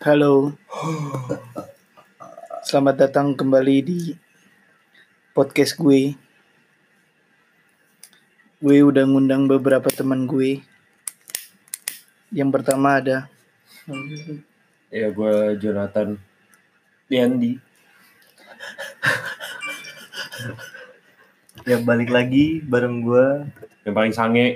Halo, selamat datang kembali di podcast gue. Gue udah ngundang beberapa teman gue. Yang pertama ada Ya, gue Jonathan Yandi. Ya balik lagi bareng gue. Yang paling sange.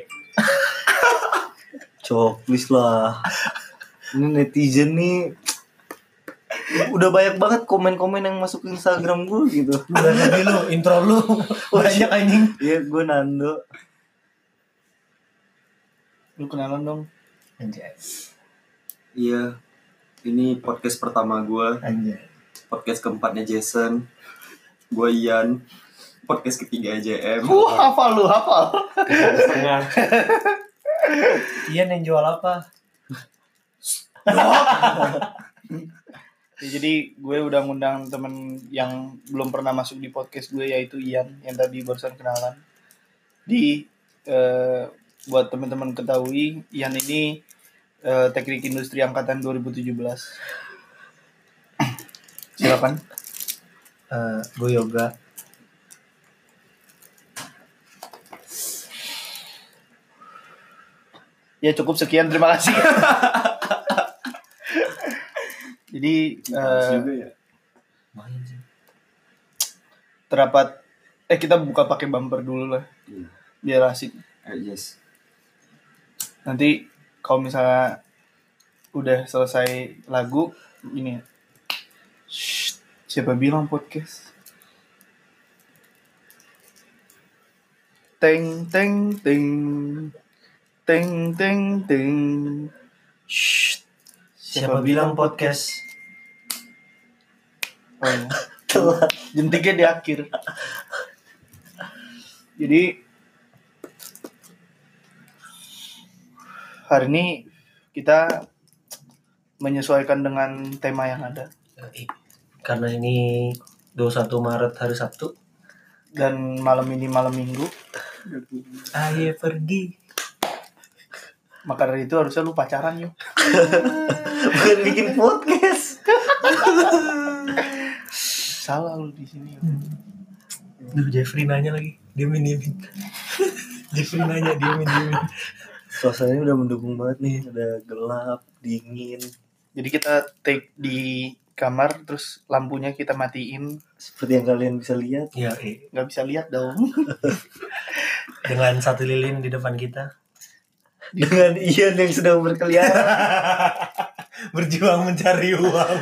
Cok, please lah. Ini netizen nih udah banyak banget komen-komen yang masuk ke Instagram gue gitu. Lebih lu, intro lu banyak anjing. Iya, gue Nando. lu kenalan dong. Anjay. Iya, ini podcast pertama gue. Anjay. Podcast keempatnya Jason. Gue Ian. Podcast ketiga JM. Hafal lu. Setengah. Ian yang jual apa? Ya, jadi gue udah ngundang temen yang belum pernah masuk di podcast gue, yaitu Ian yang tadi barusan kenalan. Buat teman-teman ketahui, Ian ini teknik industri angkatan 2017. Silakan. Gue yoga. Ya cukup sekian, terima kasih. Jadi juga ya. Main sih. terdapat kita buka pakai bumper dulu lah, biar asik. Yes. Nanti kalau misalnya udah selesai lagu ini, siapa bilang podcast? Teng teng teng teng teng teng. Siapa bilang podcast? Oh, ya. Jentiknya di akhir. Jadi hari ini kita menyesuaikan dengan tema yang ada. Karena ini 21 Maret hari Sabtu. Dan malam ini malam Minggu. Ayo pergi. Maka dari itu harusnya lu pacaran yuk. Bukan bikin podcast. Salah lu di sini. Duh, Jeffrey nanya lagi. Diemin. Jeffrey nanya, diemin. Suasananya udah mendukung banget nih. Udah gelap, dingin. Jadi kita take di kamar, terus lampunya kita matiin. Seperti yang kalian bisa lihat. Ya, Nggak bisa lihat dong. dengan satu lilin di depan kita. Dengan Ian yang sedang berkeliaran. Berjuang mencari uang.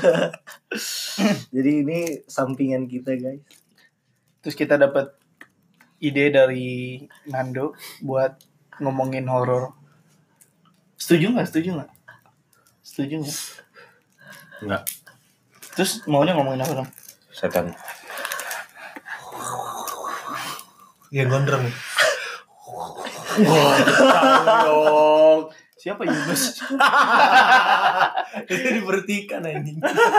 Jadi ini sampingan kita, guys. Terus kita dapat ide dari Nando buat ngomongin horor. Setuju nggak? Enggak. Terus maunya ngomongin apa dong? Setan. Ya gondrong. Dong. Siapa Yunus? Itu diberhentikan anjing.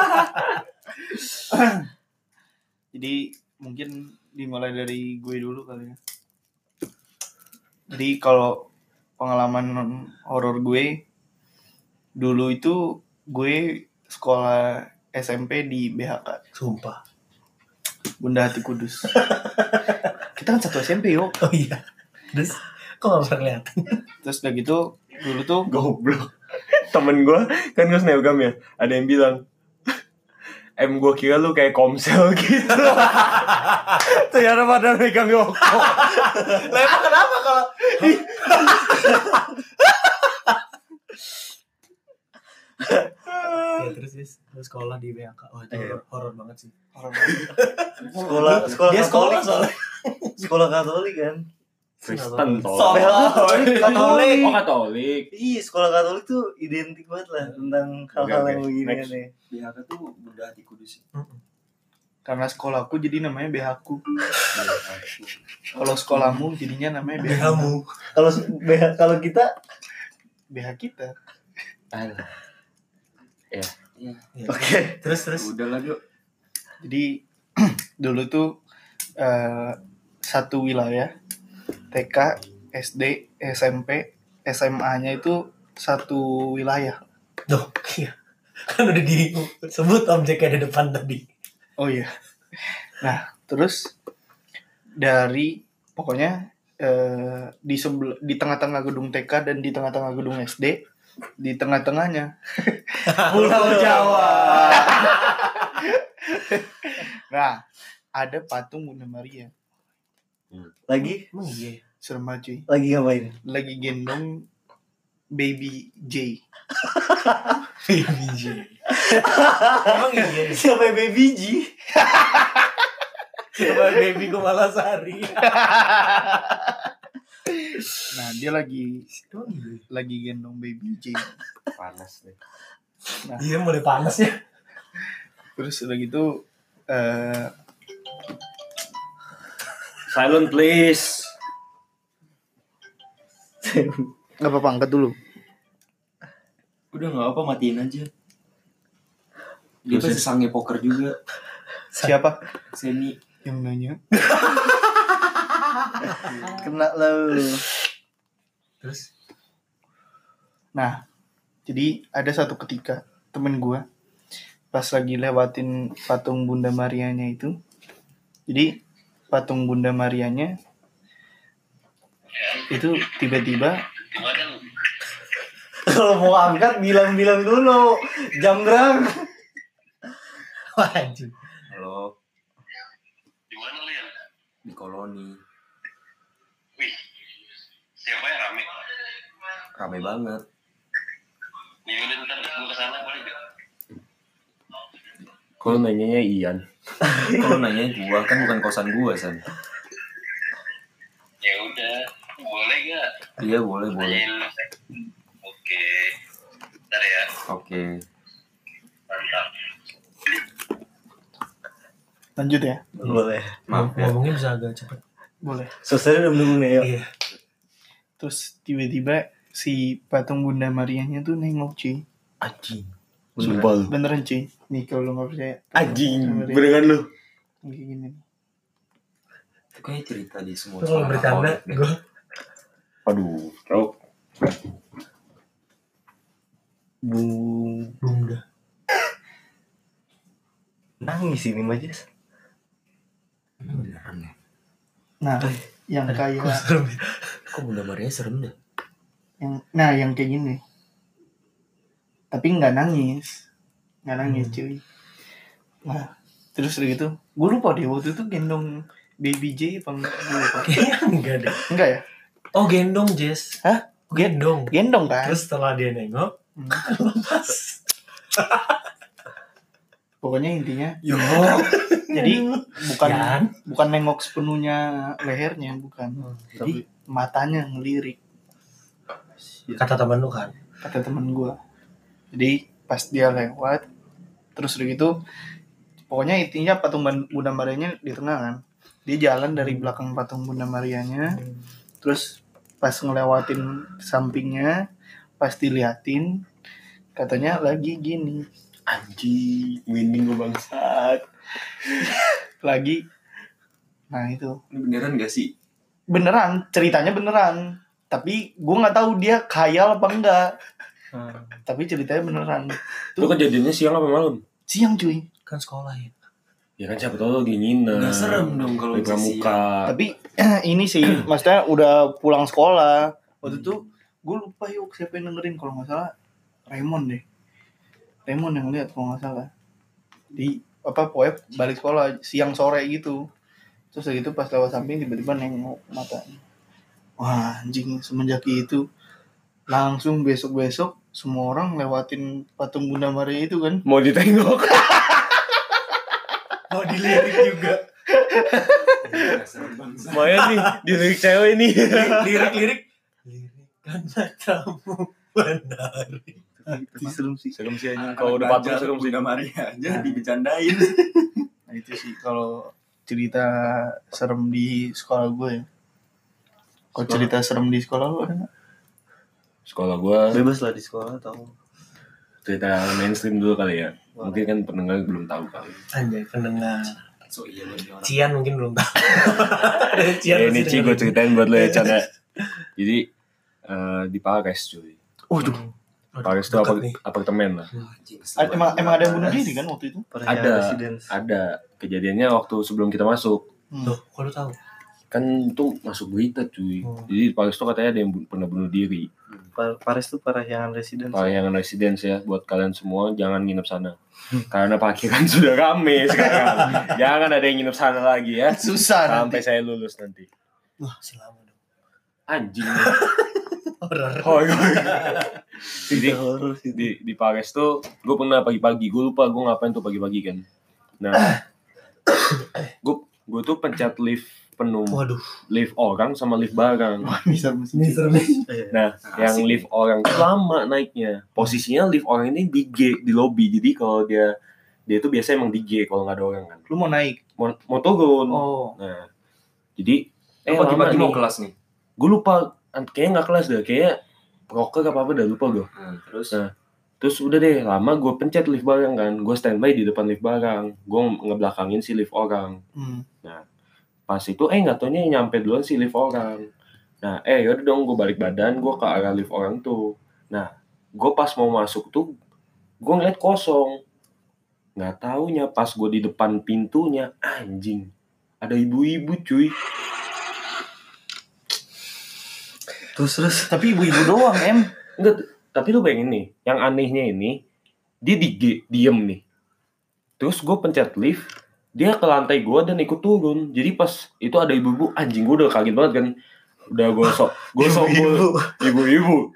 Jadi mungkin dimulai dari gue dulu kali ya. Jadi kalau pengalaman horor gue dulu itu, gue sekolah SMP di BHK, Sumpah. Bunda Hati Kudus. Kita kan satu SMP yo. Oh iya. Terus kok gak pernah kelihatan? Terus udah gitu dulu tuh Goblok. Temen gue kan gue snapgram ya. Ada yang bilang, gue kira lu kayak Komsel gitu. Ternyata pada megang rokok. Lah emang kenapa kalau ya terus lu sekolah di BHK. Oh itu horor banget sih. Sekolah Dia sekolah Katolik. soalnya. Sekolah Katolik kan. Kristen toh. Katolik. Oh, Katolik. Iya, sekolah Katolik tuh identik banget lah tentang hal-hal Oke. yang begini Next. nih. BHK tuh Bunda Hati Kudus. karena sekolahku jadi namanya BHku. Kalau sekolahmu jadinya namanya BHmu. Kalau kita BH kita. Alah. Ya. oke. Terus Udah lah, yuk. Jadi dulu tuh satu wilayah, TK, SD, SMP, SMA-nya itu satu wilayah. Duh, iya. Kan udah disebut objeknya di depan tadi. Oh iya. Nah, terus dari pokoknya di tengah-tengah gedung TK dan di tengah-tengah gedung SD, di tengah-tengahnya Pulau Jawa. Nah, ada patung Bunda Maria. Lagi? Emang iya. Serem banget, cuy. Lagi ngapain? Lagi gendong baby J. Baby J. Emang iya. Siapa yang baby G? Coba baby Kumalasari. Nah, dia lagi Emang iya. gendong baby J. Panas deh. Nah, Dia mulai panas ya. terus udah gitu Silent please. nggak apa-apa, angkat dulu. Udah nggak apa, matiin aja. Dia pasti sange poker juga. Siapa Semi. yang nanya? Kena lu. Terus Nah, jadi ada satu ketika temen gue pas lagi lewatin patung Bunda Marianya itu, jadi patung Bunda Marianya itu tiba-tiba Kalau mau angkat bilang-bilang dulu. Jam berapa? wajib. Halo. Di mana lu ya? Di koloni. Wih, siapa yang rame? Rame banget. Nih udah ntar gue kesana boleh gak? Kalau nanyanya Ian. Kalau nanya gua kan bukan kosan gua, San. Ya udah, boleh gak? Iya, boleh. Tanyain. Oke, ntar ya, Oke. mantap. lanjut ya, Boleh. Maaf ya. Ngomongnya bisa agak cepet. boleh. Selesai udah menunggu nih, yuk. Iya. Terus tiba-tiba si patung Bunda Marianya tuh nengok, cuy. Anjing. Sumpah lu. Beneran, cuy. Nih kalau lu nggak percaya. Anjing. Beneran. Beneran lu. Kayak gini. Itu kayak cerita di semua. Itu kalau bercanda gue Aduh. Tahu. bunda. Nangis ini Majes. Beneran ya? Nah, yang kayak Kok serem ya? Kok Bunda Maria serem deh? yang kayak gini. Tapi nggak nangis, cuy. Nah, terus udah gitu, gue lupa deh waktu itu gendong baby J apa enggak, gue lupa. Kayaknya enggak deh. Enggak ya? Oh gendong Jess. Hah? Gendong. Gendong kan? Terus setelah dia nengok lepas. Pokoknya intinya, Yo. jadi Yan. bukan nengok sepenuhnya lehernya, bukan. Jadi matanya ngelirik, Kata teman lu kan. kata temen gue. Jadi pas dia lewat, terus udah gitu, pokoknya intinya patung Bunda Marianya di tengah kan. Dia jalan dari belakang patung Bunda Marianya, terus pas ngelewatin sampingnya, pas diliatin, katanya lagi gini, Anjing. Winning gue bangsat. lagi. Nah itu Ini beneran gak sih? beneran, ceritanya beneran. Tapi gue nggak tahu dia khayal apa enggak. Tapi ceritanya beneran. Itu kejadiannya siang apa malam? Siang, cuy. Kan sekolah ya. Ya kan siapa tahu lagi nginep. Gak serem dong kalau Di bisa pramuka. Tapi ini sih, maksudnya udah pulang sekolah. Waktu itu gue lupa yuk siapa yang dengerin, kalau nggak salah Raymond deh. Raymond yang lihat kalau nggak salah. Di apa pokoknya balik sekolah siang sore gitu. Terus gitu pas lewat samping tiba-tiba nengok matanya. Wah anjing, semenjak itu langsung besok-besok semua orang lewatin patung Bunda Maria itu kan. Mau ditengok. Oh dilirik juga. Gak serem bangsa. Lumayan nih. Dilirik cewek nih. Lirik kan matamu menari. Serem sih. Serem sih anjing. Kalau udah patung serem sih. Bunda Maria aja dibecandain. Nah itu sih kalau cerita serem di sekolah gue ya. Kalau cerita serem di sekolah lu ada nggak? Sekolah gue Bebas lah di sekolah atau cerita mainstream dulu kali ya. Mungkin kan pendengar belum tahu kali. Anjay pendengar. So iya loh ini orang. Cian mungkin belum tahu. Cian Ya ini pasti Ci gue dengerin. ceritain buat lo ya Chan ya. Jadi di Pares cuy. Waduh, Paris itu dekat nih. apartemen lah. Anjing, Emang ada yang bunuh diri kan waktu itu? Ada kejadiannya waktu sebelum kita masuk. Tuh, kalau tahu. Kan itu masuk berita cuy. Jadi di Paris itu katanya ada yang pernah bunuh diri. Paris tuh Parahyangan Residence. Parahyangan Residence ya, buat kalian semua jangan nginep sana. Karena parkiran sudah rame sekarang. Jangan ada yang nginep sana lagi ya. Susah Sampai nanti. saya lulus nanti. Wah, selama dong. Anjing. Horor. Jadi di Paris tuh gue pernah pagi-pagi, gue lupa gue ngapain tuh pagi-pagi kan. Nah, gue tuh pencet lift penuh. Waduh. Lift orang sama lift barang. Bisa. Nah, yang lift orang tuh lama naiknya. Posisinya lift orang ini di G, di lobby. Jadi kalau dia tuh biasanya emang di G kalau nggak ada orang kan. Lu mau naik? Mau turun. Oh. Nah, jadi pagi-pagi lama mau nih. kelas nih. Gue lupa, kayaknya nggak kelas deh, kayak proker apa udah lupa gue. Terus Nah, terus udah deh, lama gue pencet lift barang kan, gue standby di depan lift barang, gue ngebelakangin si lift orang. Nah, pas itu nggak taunya nyampe duluan si lift orang. Nah, yaudah dong, gue balik badan, gue ke arah lift orang tuh. Nah, gue pas mau masuk tuh, gue ngeliat kosong. Nggak taunya pas gue di depan pintunya, anjing, ada ibu-ibu cuy. Terus Tapi ibu-ibu doang, Enggak, tapi lu bayangin nih, yang anehnya ini, dia diem nih. Terus gue pencet lift, dia ke lantai gue dan ikut turun. Jadi pas itu ada ibu-ibu, anjing gue udah kaget banget kan. Udah gue sok ibu-ibu.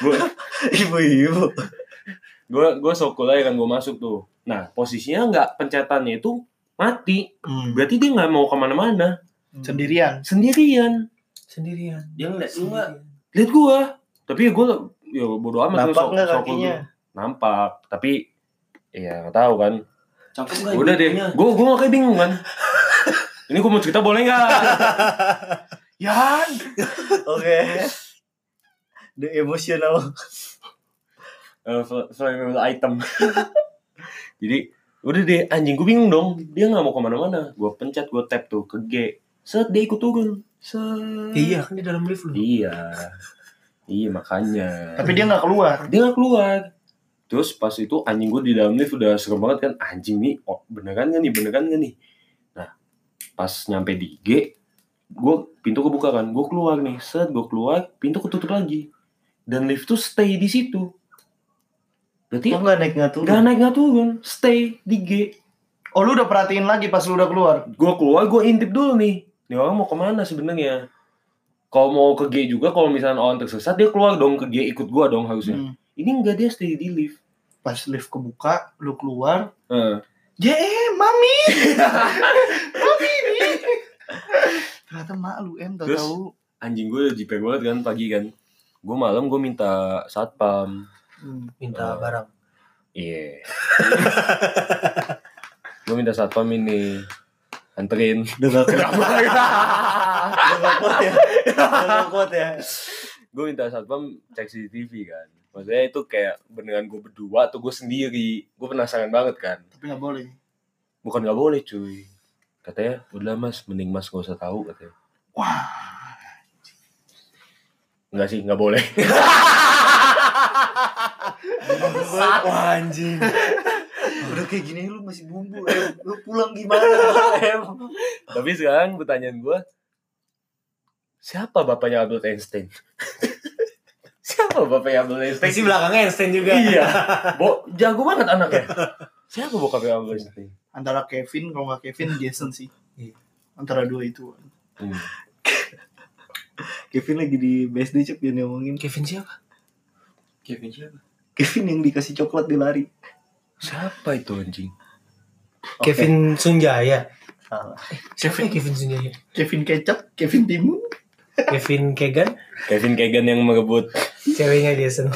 Gue sok aja kan gue masuk tuh. Nah, posisinya nggak pencetannya itu mati. Berarti dia nggak mau kemana-mana. Sendirian. Sendirian. dia ngeliat lu nggak? Lihat gue. Tapi gue bodo amat. nampak nggak kakinya? Nampak, tapi ya nggak tahu kan. Cakep nggak? Udah deh, gue kayak bingung kan. Ini gue mau cerita boleh nggak? Yan. Oke. The emotional. Flammable item. Jadi udah deh, anjing gue bingung dong. Dia nggak mau kemana-mana. Gue pencet, gue tap tuh ke G. Set dia ikut turun. Iya, kan di dalam lift lu. Iya makanya. Tapi dia nggak keluar. Dia nggak keluar. Terus pas itu anjing gue di dalam lift udah serem banget kan. Anjing nih, beneran gak nih? Nah, pas nyampe di G, pintu kebuka kan. Gue keluar nih. Set gue keluar, pintu ketutup lagi. Dan lift tuh stay di situ. Berarti nggak naik nggak turun. Stay di G. Oh, lu udah perhatiin lagi pas lu udah keluar? Gue keluar, gue intip dulu nih. Nih orang mau kemana sebenarnya? Kalau mau ke G juga, kalau misalnya orang tersesat, dia keluar dong ke G, ikut gue dong harusnya. Ini enggak, dia stay di lift. Pas lift kebuka, lu keluar. mami. Mami nih. Ternyata mak lu tahu. Anjing gue jiper banget kan pagi kan. Gue malam gue minta satpam. Minta barang. Iya. Gue minta satpam ini anterin. Udah gak kuat ya. Gue minta satpam cek CCTV kan. Maksudnya itu kayak beneran gue berdua atau gue sendiri. Gue penasaran banget kan. Tapi nggak boleh. Bukan nggak boleh cuy. Katanya udah mas, mending mas gak usah tahu katanya. Wah. Enggak sih, nggak boleh. Wah anjing. Udah kayak gini lu masih bumbu. Lu pulang gimana? Tapi sekarang pertanyaan gue, siapa bapaknya Albert Einstein? Siapa bapaknya Albert Einstein? Pasti belakangnya Einstein juga. Iya. Jago banget anaknya. Siapa bokapnya Albert Einstein? Antara Kevin, kalau nggak Kevin, Jason sih. Antara dua itu. Kevin lagi di BSD cek dia ngomongin. Kevin siapa? Kevin yang dikasih coklat di lari. Siapa itu anjing? Kevin Sunjaya. Salah. Siapa ya Kevin Sunjaya? Kevin Kecap, Kevin Timun. Kevin Kegan. Kevin Kegan yang merebut Ceweknya Jason.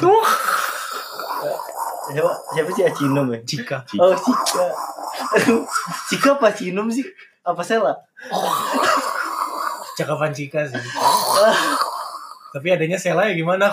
Siapa sih Acinom ya? Cika. Oh Cika. Aduh, Cika apa Cinom sih? Apa Sela? Cakapan Cika sih. Tapi adanya Sela ya gimana?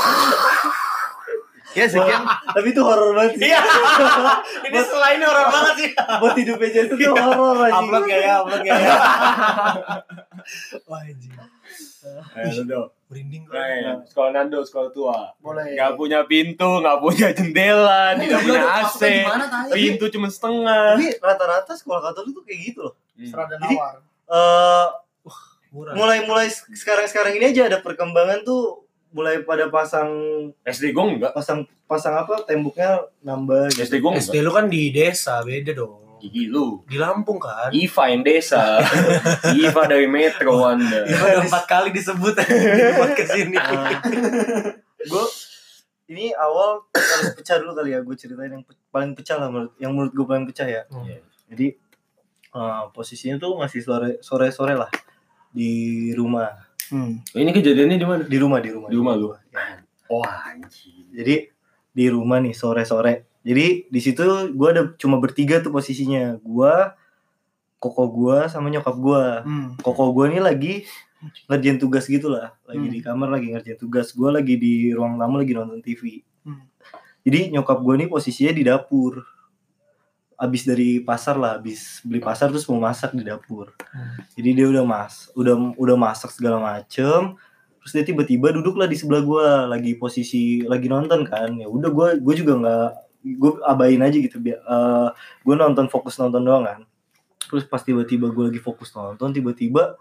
Ya sekian. Tapi itu horor banget sih. Ini selain horor banget sih. Buat hidupnya Jason tuh horor anjing. Upload gak ya? Wah anjing. Ayo dong. Merinding gue. Sekolah Nando, sekolah tua. Boleh. Gak punya pintu, gak punya jendela, tidak punya AC. Pintu cuma setengah. Tapi rata-rata sekolah Katolik tuh kayak gitu loh. Serada Jadi, nawar. Murah. mulai sekarang ini aja ada perkembangan tuh mulai pada pasang SD gue enggak. pasang apa temboknya nambah gitu. SD gue enggak. SD lu kan di desa, beda dong. Gigi lu. Di Lampung kan. Iva yang desa. Iva dari Metro Anda. Udah 4 kali disebut di podcast ini. Gue ini awal harus pecah dulu kali ya, gue ceritain yang paling pecah lah menurut gue paling pecah ya. Jadi posisinya tuh masih sore lah di rumah. Ini kejadiannya di mana? Di rumah lu. Ya. Wah, anjing. Jadi di rumah nih sore. Jadi di situ gue ada cuma bertiga tuh posisinya. Gue, koko gue sama nyokap gue. Koko gue nih lagi ngerjain tugas gitu lah. Lagi di kamar lagi ngerjain tugas. Gue lagi di ruang tamu lagi nonton TV. Jadi nyokap gue nih posisinya di dapur. Abis dari pasar lah, abis beli pasar terus mau masak di dapur. Jadi dia udah masak segala macem. Terus dia tiba-tiba duduk lah di sebelah gue, lagi nonton kan. Ya udah gue juga nggak, gue abain aja gitu. Gue fokus nonton doang kan. Terus pas tiba-tiba gue lagi fokus nonton, tiba-tiba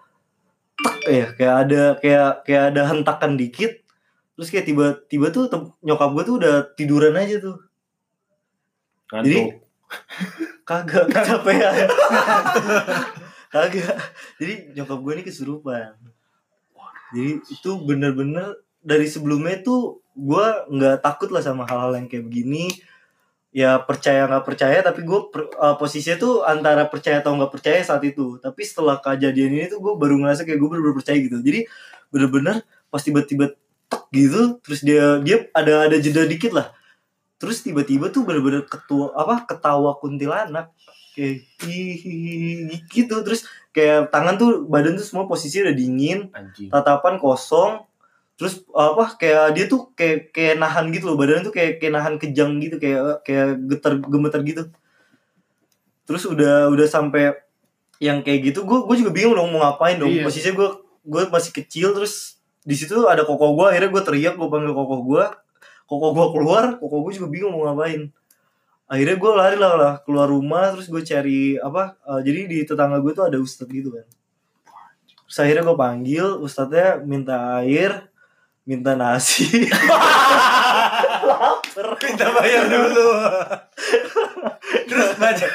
kayak ada hentakan dikit. Terus kayak tiba-tiba tuh nyokap gue tuh udah tiduran aja tuh. Ngantuk. Jadi kagak kecapean. Kagak. Jadi nyokap gue ini kesurupan. Jadi itu bener-bener dari sebelumnya tuh gue nggak takut lah sama hal-hal yang kayak begini. Ya percaya nggak percaya, tapi gue posisinya tuh antara percaya atau nggak percaya saat itu. Tapi setelah kejadian ini tuh gue baru ngerasa kayak gue bener-bener percaya gitu. Jadi bener-bener pas tiba-tiba tek gitu, terus dia ada jeda dikit lah. Terus tiba-tiba tuh bener-bener ketawa kuntilanak kayak gitu. Terus kayak tangan tuh, badan tuh semua posisinya udah dingin, Anjing. tatapan kosong. Terus kayak dia tuh kayak nahan gitu loh, badan tuh kayak nahan kejang gitu, kayak gemeter gitu. Terus udah sampai yang kayak gitu, gue juga bingung dong mau ngapain dong. Iya. Posisinya gue masih kecil, terus di situ ada koko gue, akhirnya gue teriak, gue panggil koko gue keluar, koko gue juga bingung mau ngapain. Akhirnya gue lari lah keluar rumah, terus gue cari jadi di tetangga gue tuh ada ustadz gitu kan. Terus akhirnya gue panggil ustadznya, minta air, minta nasi. Laper. Minta bayar dulu. Terus baca.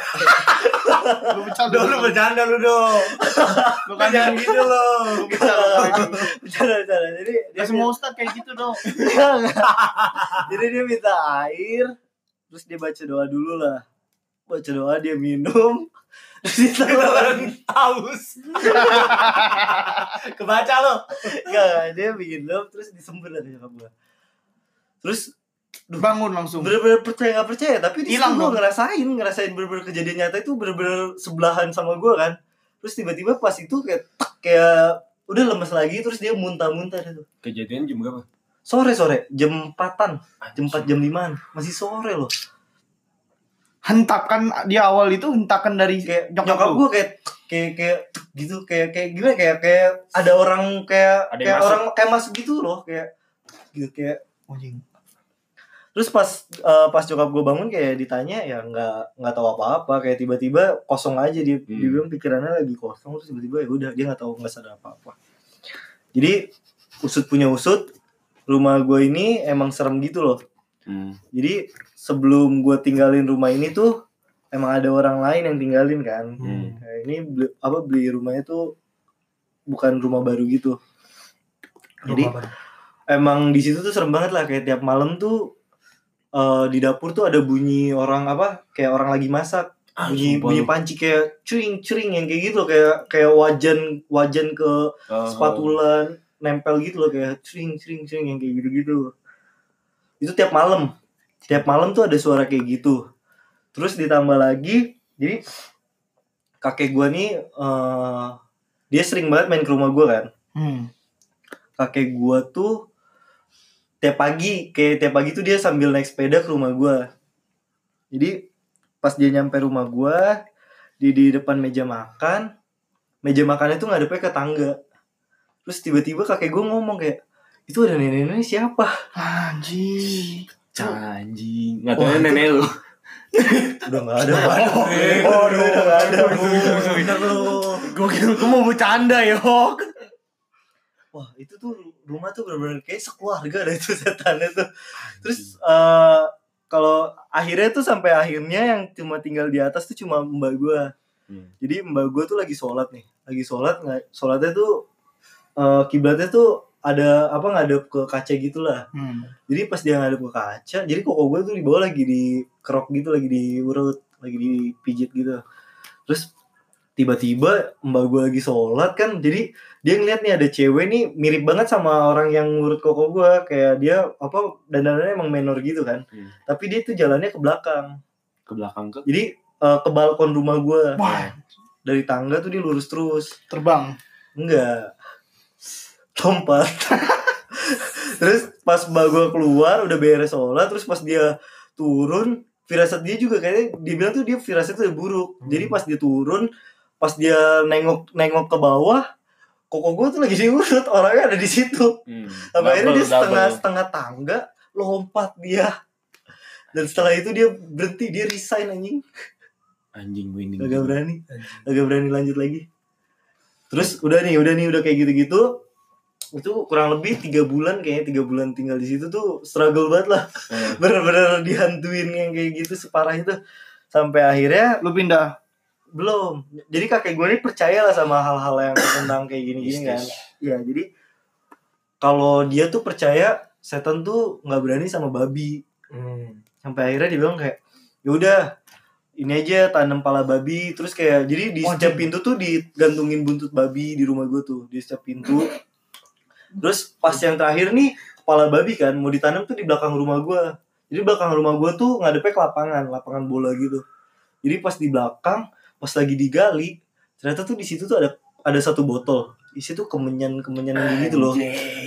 Lu bercanda lu dong. Lu kan Jangan gitu loh. Bercanda. Jadi Ya semua ustad kayak gitu dong. Jadi dia minta air, terus dia baca doa dulu lah. Baca doa, dia minum, terus ditelan Haus. Kebaca lo. Enggak, dia minum terus disembur lah nyokap gua. Terus Bangun langsung. bener-bener percaya gak percaya, tapi di situ Hilang gue dong. ngerasain bener-bener kejadian nyata itu bener-bener sebelahan sama gue kan. Terus tiba-tiba pas itu kayak udah lemes lagi, terus dia muntah-muntah gitu. Kejadian jam berapa? Sore jam 4-an, jam 4 jam 5-an, masih sore loh. Hentakan dia awal itu hentakan dari Kayak nyokap lu. gue kayak gitu, kayak gimana, kayak ada orang Ada yang kayak masuk. orang kayak masuk gitu loh, kayak gitu, kayak Anjing. terus pas nyokap gue bangun kayak ditanya, ya nggak tahu apa-apa, kayak tiba-tiba kosong aja, dia bilang pikirannya lagi kosong, terus tiba-tiba ya udah dia nggak sadar apa-apa. Jadi usut punya usut, rumah gue ini emang serem gitu loh. Jadi sebelum gue tinggalin rumah ini tuh emang ada orang lain yang tinggalin kan. Nah, ini beli rumahnya tuh bukan rumah baru gitu. Jadi emang di situ tuh serem banget lah, kayak tiap malam tuh di dapur tuh ada bunyi orang kayak orang lagi masak, bunyi panci kayak cering yang kayak gitu loh, kayak wajan ke spatula nempel gitu loh, kayak cering yang kayak gitu. Itu tiap malam tuh ada suara kayak gitu. Terus ditambah lagi, jadi kakek gua nih dia sering banget main ke rumah gua kan. Kakek gua tuh tiap pagi tuh dia sambil naik sepeda ke rumah gue. Jadi pas dia nyampe rumah gue, di depan meja makannya tuh ngadepnya ke tangga. Terus tiba-tiba kakek gue ngomong kayak, itu ada nenek-nenek siapa? Anjing. Anjing. Nggak tahu nenek lu. Udah nggak ada. Udah nggak ada. Bener lu. Gue mau bercanda yok. Wah itu tuh rumah tuh bener-bener kayak sekeluarga deh itu setannya tuh. Terus kalau akhirnya tuh sampai akhirnya yang cuma tinggal di atas tuh cuma mbak gue. Jadi mbak gue tuh lagi sholat nih. Lagi sholat, sholatnya tuh kiblatnya tuh ada apa ngadep ke kaca gitulah. Jadi pas dia ngadep ke kaca, jadi koko gue tuh di bawah lagi dikerok gitu, lagi diurut, lagi dipijit gitu. Terus tiba-tiba mbak gue lagi sholat kan, jadi dia ngeliat nih ada cewek nih mirip banget sama orang yang ngurut koko gue, kayak dia apa dandanannya emang menor gitu kan. Tapi dia tuh jalannya ke belakang. Ke belakang ke? Jadi ke balkon rumah gue. Wah. Dari tangga tuh dia lurus terus. Terbang. Enggak. Lompat. Terus pas mbak gue keluar udah beres sholat, terus pas dia turun firasat dia juga kayaknya dia bilang tuh dia firasatnya udah buruk. Jadi pas dia turun, pas dia nengok ke bawah, koko gue tuh lagi diurut, orangnya ada di situ. Sampai akhirnya dia setengah tangga lompat dia. Dan setelah itu dia berhenti, dia resign anjing gue ini. Agak berani lanjut lagi. Terus udah kayak gitu-gitu. Itu kurang lebih 3 bulan kayaknya 3 bulan tinggal di situ tuh struggle banget lah. Bener-bener dihantuin yang kayak gitu separah itu. Sampai akhirnya lu pindah. Belum. Jadi kakek gue ini percaya lah sama hal-hal yang tentang kayak gini-gini kan. Ya jadi kalau dia tuh percaya setan tuh nggak berani sama babi. Sampai akhirnya dia bilang kayak, ya udah ini aja tanam pala babi. Terus kayak jadi di setiap pintu tuh digantungin buntut babi di rumah gue tuh di setiap pintu. Terus pas yang terakhir nih kepala babi kan mau ditanam tuh di belakang rumah gue. Jadi belakang rumah gue tuh ngadepnya ke lapangan bola gitu. Jadi pas di belakang, pas lagi digali, ternyata tuh di situ tuh ada satu botol. Isi tuh kemenyan gitu loh.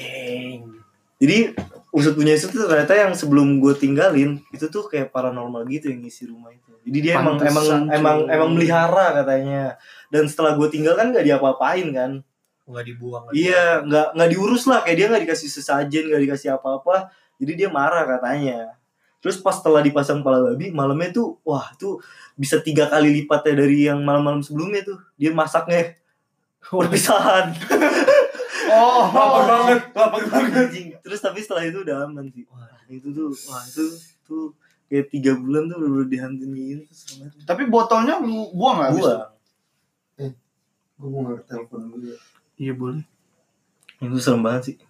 Jadi usut punya itu tuh ternyata yang sebelum gue tinggalin itu tuh kayak paranormal gitu yang ngisi rumah itu. Jadi dia emang melihara katanya. Dan setelah gue tinggal kan nggak diapa-apain kan. Nggak dibuang. Iya, nggak diurus lah, kayak dia nggak dikasih sesajen, nggak dikasih apa-apa, jadi dia marah katanya. Terus pas setelah dipasang pala babi, malamnya tuh, wah tuh bisa 3 kali lipatnya dari yang malam-malam sebelumnya tuh, dia masaknya perpisahan. Lapar banget. Terus tapi setelah itu udah aman sih. Itu kayak 3 bulan tuh udah dihantuin gitu. Tapi botolnya lu buang nggak? Buang. Gue mau nggak telepon dulu ya. Iya boleh. Itu serem banget sih.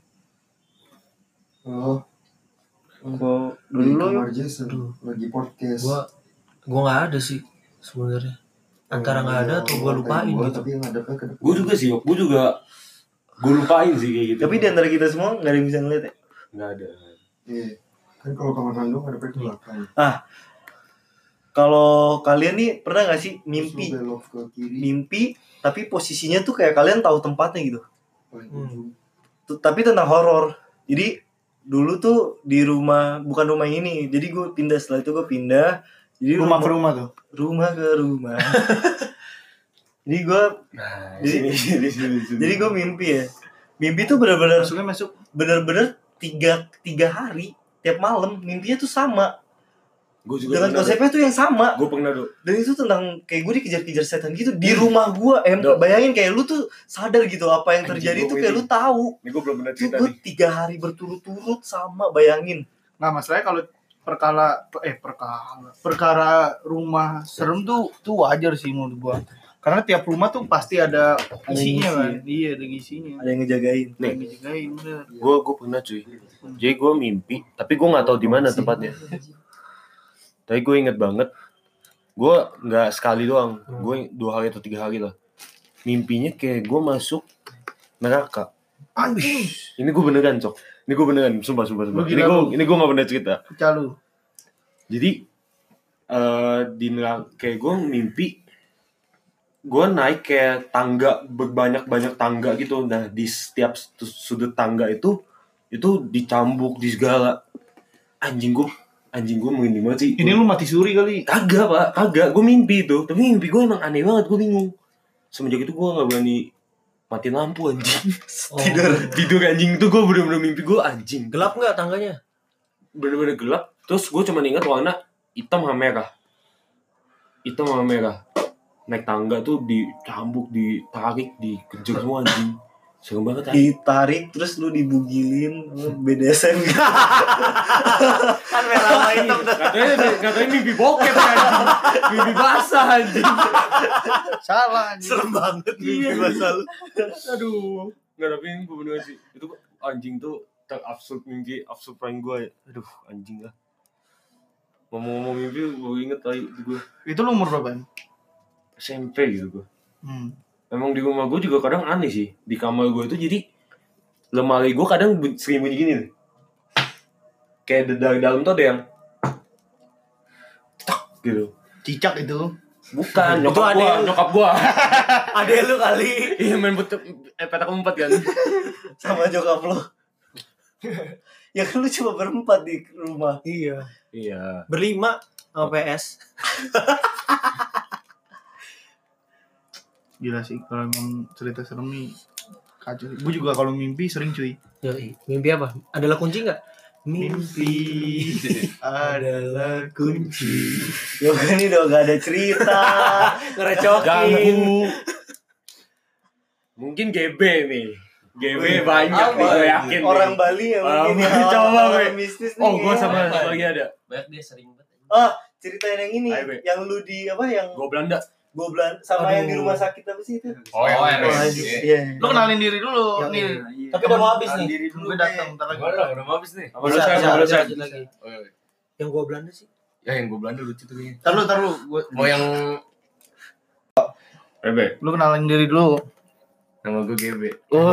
Oh. Kok Dulu dulu kamar Jason lagi podcast. Gua nggak ada sih sebenarnya. Antara nggak ada atau gua lupain gitu. Tapi yang ngadepnya ke depan. Gue juga sih, gue lupain sih kayak gitu. Tapi di antara kita semua nggak ada yang bisa ngeliat ya? Nggak ada. Iya. Kan kalau kamar kandung ngadepnya ke belakang. Kalau kalian nih pernah nggak sih mimpi? Terus lu belok ke kiri. Mimpi tapi posisinya tuh kayak kalian tahu tempatnya gitu. Paling ujung. Tapi tentang horor. Jadi dulu tuh di rumah, bukan rumah ini. Jadi gue pindah, setelah itu gue pindah. Jadi Rumah ke rumah tuh. Rumah ke rumah. Jadi gue jadi gue mimpi ya. Mimpi tuh benar-benar Masuk. benar-benar tiga hari tiap malam mimpinya tuh sama. Gue juga Dengan konsepnya tuh yang sama. Gue pernah do. Dan itu tentang kayak gue dikejar-kejar setan gitu di rumah gue. Bayangin kayak lu tuh sadar gitu apa yang terjadi tuh kayak lu tahu. Ini gue belum pernah Itu cerita gue nih. 3 hari berturut-turut sama, bayangin. Nah masalahnya kalau perkara rumah serem tuh wajar sih menurut gua. Karena tiap rumah tuh pasti ada isinya kan. Iya, ada isinya. Ada yang ngejagain. Nih. Ada yang ngejagain bener. Gue pernah cuy. Jadi gue mimpi, tapi gue nggak tahu di mana tempatnya. Tapi gue inget banget. Gue nggak sekali doang. Gue 2 hari atau 3 hari lah. Mimpinya kayak gue masuk neraka. Anjing. Ini gue beneran cok. Ini gue beneran. Sumpah. Ini gue nggak pernah cerita. Pecah lu. Jadi di neraka kayak gue mimpi. Gue naik kayak tangga berbanyak tangga gitu. Nah di setiap sudut tangga itu dicambuk di segala. Anjing gue merinding banget sih. Ini lu mati suri kali. Kagak gue mimpi itu. Tapi mimpi gue emang aneh banget, gue bingung. Semenjak itu gue nggak berani matiin lampu anjing. Oh. Tidur anjing tuh gue bener-bener mimpi gue anjing. Gelap nggak tangganya? Bener-bener gelap. Terus gue cuma ingat warna hitam sama merah. Hitam sama merah. Naik tangga tuh dicambuk, ditarik, dikejar semua anjing. Serem banget anjing. Ditarik terus lu dibugilin BDSM gitu. Kan merah sama hitam tuh. Katanya mimpi bokep anjing. Mimpi basah anjing. Salah anjing. Serem banget mimpi basah lu. Aduh. Nggak, tapi ini gue bener sih. Itu anjing tuh terabsurd mimpi absurd paling gue. Aduh anjing lah. Ngomong-ngomong mimpi gue inget tadi gue Itu lu umur berapa? SMP gitu gue. Emang di rumah gue juga kadang aneh sih. Di kamar gue itu jadi lemari gue kadang sering bunyi gini nih. Kayak dari dalam tuh ada yang tak gitu. Cicak itu. Bukan, Itu ada yang- nyokap gua. Ada lu kali. Iya main petak umpet kan. Sama nyokap lu. Ya kan lu cuma berempat di rumah. Iya. Iya. Berlima sama PS. Gila sih kalau emang cerita serem nih kacau. Gue juga kalau mimpi sering cuy. Yoi. Mimpi apa? Adalah kunci nggak? Mimpi adalah kunci. Ya kan ini udah gak ada cerita. Ngerecokin. Ganggu. Mungkin GB nih. GB banyak Apa nih gue ini? yakin. Orang nih. Bali yang Orang mungkin Bali, ya, coba, orang Be. mistis nih. Oh, gue sama ya. lagi ada. Banyak dia sering banget. Oh, ceritain yang ini. Ayo, Be. Yang lu di apa yang Gue Belanda. goblan sama Aduh. yang di rumah sakit apa sih itu? Oh, yang Iya. Lu kenalin diri dulu Yang nih. ini. Tapi udah mau habis nih. Diri dulu gue datang ntar lagi. Udah mau habis nih. Apa lu saya? lanjut lagi. Oh, iya. Yang gua Belanda sih. Ya yang gue Belanda lucu tuh kayaknya. Ntar lu Mau yang Bebe. lu kenalin diri dulu. nama gue GB.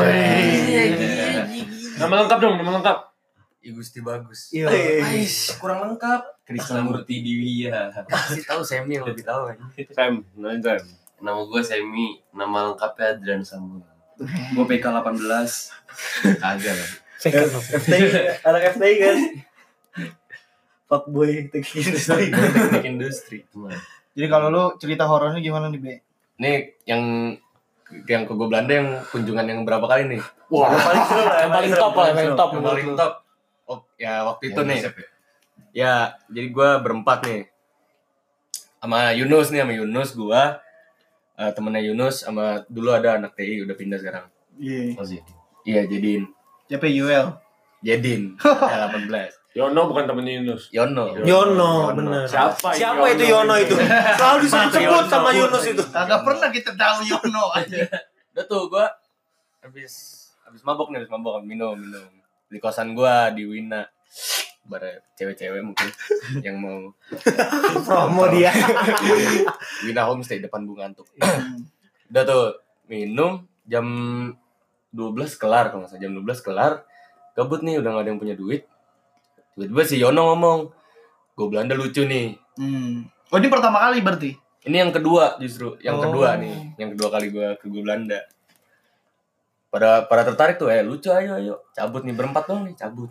Nama lengkap dong, nama lengkap. I Gusti Bagus. Iya. Kurang lengkap. Krisnamurti Diwiya. Kasih tahu Semi yang lebih tahu kan. Sam, kenalin Sam. Nama gue Semi, nama lengkapnya Adrian Samuel. Gue PK 18. Kagak lah. FTI, anak FTI kan. Fuckboy teknik industri. Teknik industri. Jadi kalau lu cerita horornya gimana nih, Be? Nih yang ke gue Belanda yang kunjungan yang berapa kali nih? Wah, Yang paling seru lah. Yang paling top lah, yang paling top. Yang paling top. Oh, ya waktu itu nih. Ya, jadi gue berempat nih. Sama Yunus gue. Temennya Yunus sama dulu ada anak TI udah pindah sekarang. Iya. Iya, Jedin. Siapa UL? Jedin. Ya, 18. Yono bukan temennya Yunus. Yono. Yono, bener. Siapa itu Yono itu? Selalu disebut sama Yunus itu. Kagak pernah kita tahu Yono aja. Udah tuh gue habis mabok minum di kosan gue di Wina. Bare cewek-cewek mungkin yang mau Promo dia. Wina Homestay depan Bunga Antuk. Udah tuh minum jam 12 kelar kalau nggak salah, jam 12 kelar. Gabut nih udah gak ada yang punya duit. Tiba-tiba si Yono ngomong, gue Belanda lucu nih. Oh, ini pertama kali berarti? Ini yang kedua justru, kedua nih, yang kedua kali gue ke Belanda. Pada tertarik tuh, lucu ayo cabut nih berempat dong nih cabut.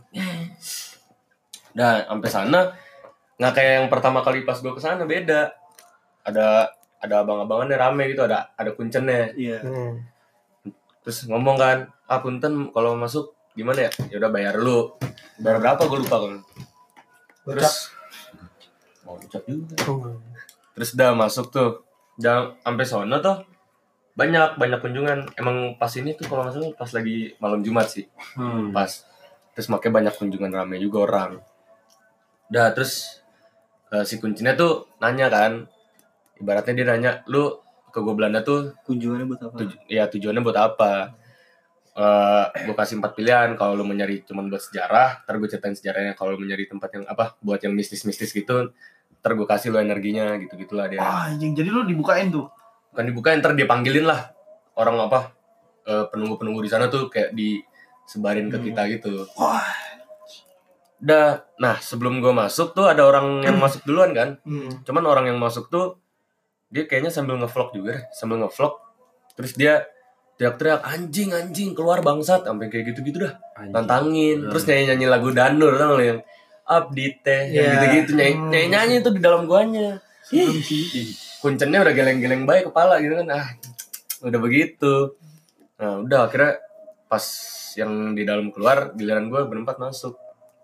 Nah sampai sana nggak kayak yang pertama kali pas gue kesana, beda. Ada abang-abangannya rame gitu, ada kuncennya. Iya. Terus ngomong kan, punten kalau masuk gimana ya? Ya udah bayar dulu. Bayar berapa gue lupa kan. Terus mau ucap juga. Terus udah masuk tuh. Udah sampai sono tuh banyak kunjungan. Emang pas ini tuh kalau nggak salah pas lagi malam Jumat sih. Pas. Terus makanya banyak kunjungan rame juga orang. Udah terus si kuncinya tuh nanya kan. Ibaratnya dia nanya, lu ke gue Belanda tuh Kunjungannya buat apa? tujuannya buat apa? Gue kasih 4 pilihan. Kalau lu mau nyari cuma buat sejarah, ntar gue ceritain sejarahnya. Kalau lu mau nyari tempat yang apa, buat yang mistis-mistis gitu, ntar gue kasih lu energinya gitu-gitulah dia. Anjing, jadi lu dibukain tuh. Bukan dibukain, ntar dia panggilin lah orang apa, penunggu-penunggu di sana tuh kayak disebarin ke kita gitu. Nah sebelum gue masuk tuh ada orang yang masuk duluan kan. Cuman orang yang masuk tuh dia kayaknya sambil ngevlog juga deh, terus dia teriak-teriak anjing keluar bangsat, sampai kayak gitu-gitu dah. Tantangin, terus nyanyi lagu Danur tau gak yang update teh, yang gitu-gitu nyanyi itu di dalam guanya. Kuncennya udah geleng-geleng baik kepala gitu kan. Udah begitu. Nah udah akhirnya pas yang di dalam keluar, giliran gue berempat masuk.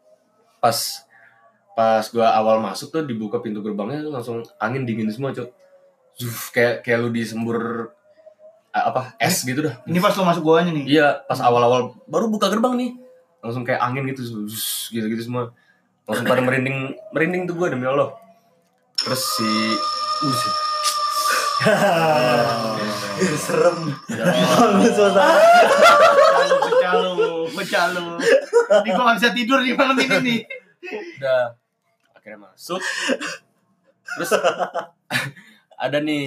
Pas gue awal masuk tuh dibuka pintu gerbangnya langsung angin dingin semua cok. Zuf, kayak lu disembur es gitu dah. Ini pas lo masuk goanya nih. Iya, pas awal-awal baru buka gerbang nih. Langsung kayak angin gitu, zus, gitu-gitu semua. Langsung pada merinding tuh gue demi Allah. Terus si Serem. Pecah lu. Ini gua gak bisa tidur di malam ini nih. udah akhirnya masuk. Terus ada nih,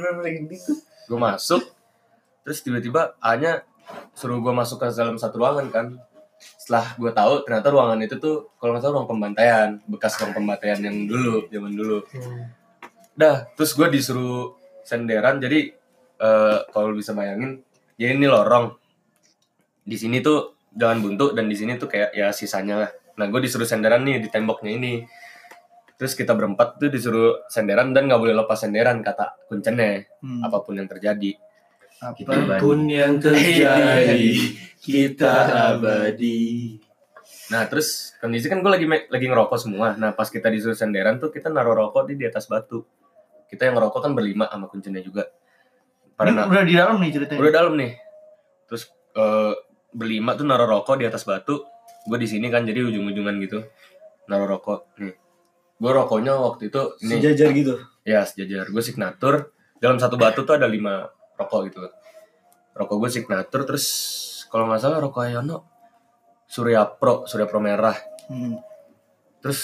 gue masuk. Terus tiba-tiba A-nya suruh gue masuk ke dalam satu ruangan kan. Setelah gue tahu ternyata ruangan itu tuh kalau nggak salah ruang pembantaian, bekas ruang pembantaian yang dulu, zaman dulu. Dah, terus gue disuruh senderan. Jadi kalau bisa bayangin, ya ini lorong. Di sini tuh jalan buntu dan di sini tuh kayak ya sisanya lah. Nah, gue disuruh senderan nih di temboknya ini. Terus kita berempat tuh disuruh senderan dan nggak boleh lepas senderan kata kuncennya, apapun yang terjadi. Apapun yang terjadi, kita abadi. Nah terus kondisi kan gue lagi ngerokok semua. Nah pas kita disuruh senderan tuh kita naruh rokok di atas batu. Kita yang ngerokok kan berlima sama kuncinya juga. Udah di dalam nih ceritanya. Udah dalam nih. Terus berlima tuh naruh rokok di atas batu. Gue di sini kan jadi ujung-ujungan gitu. Naruh rokok nih. Gue rokoknya waktu itu ini. Sejajar gitu. Ya sejajar. Gue signatur. Dalam satu batu tuh ada 5 rokok gitu. Rokok gue signatur. Terus kalau nggak salah rokok Yono Surya Pro merah. Terus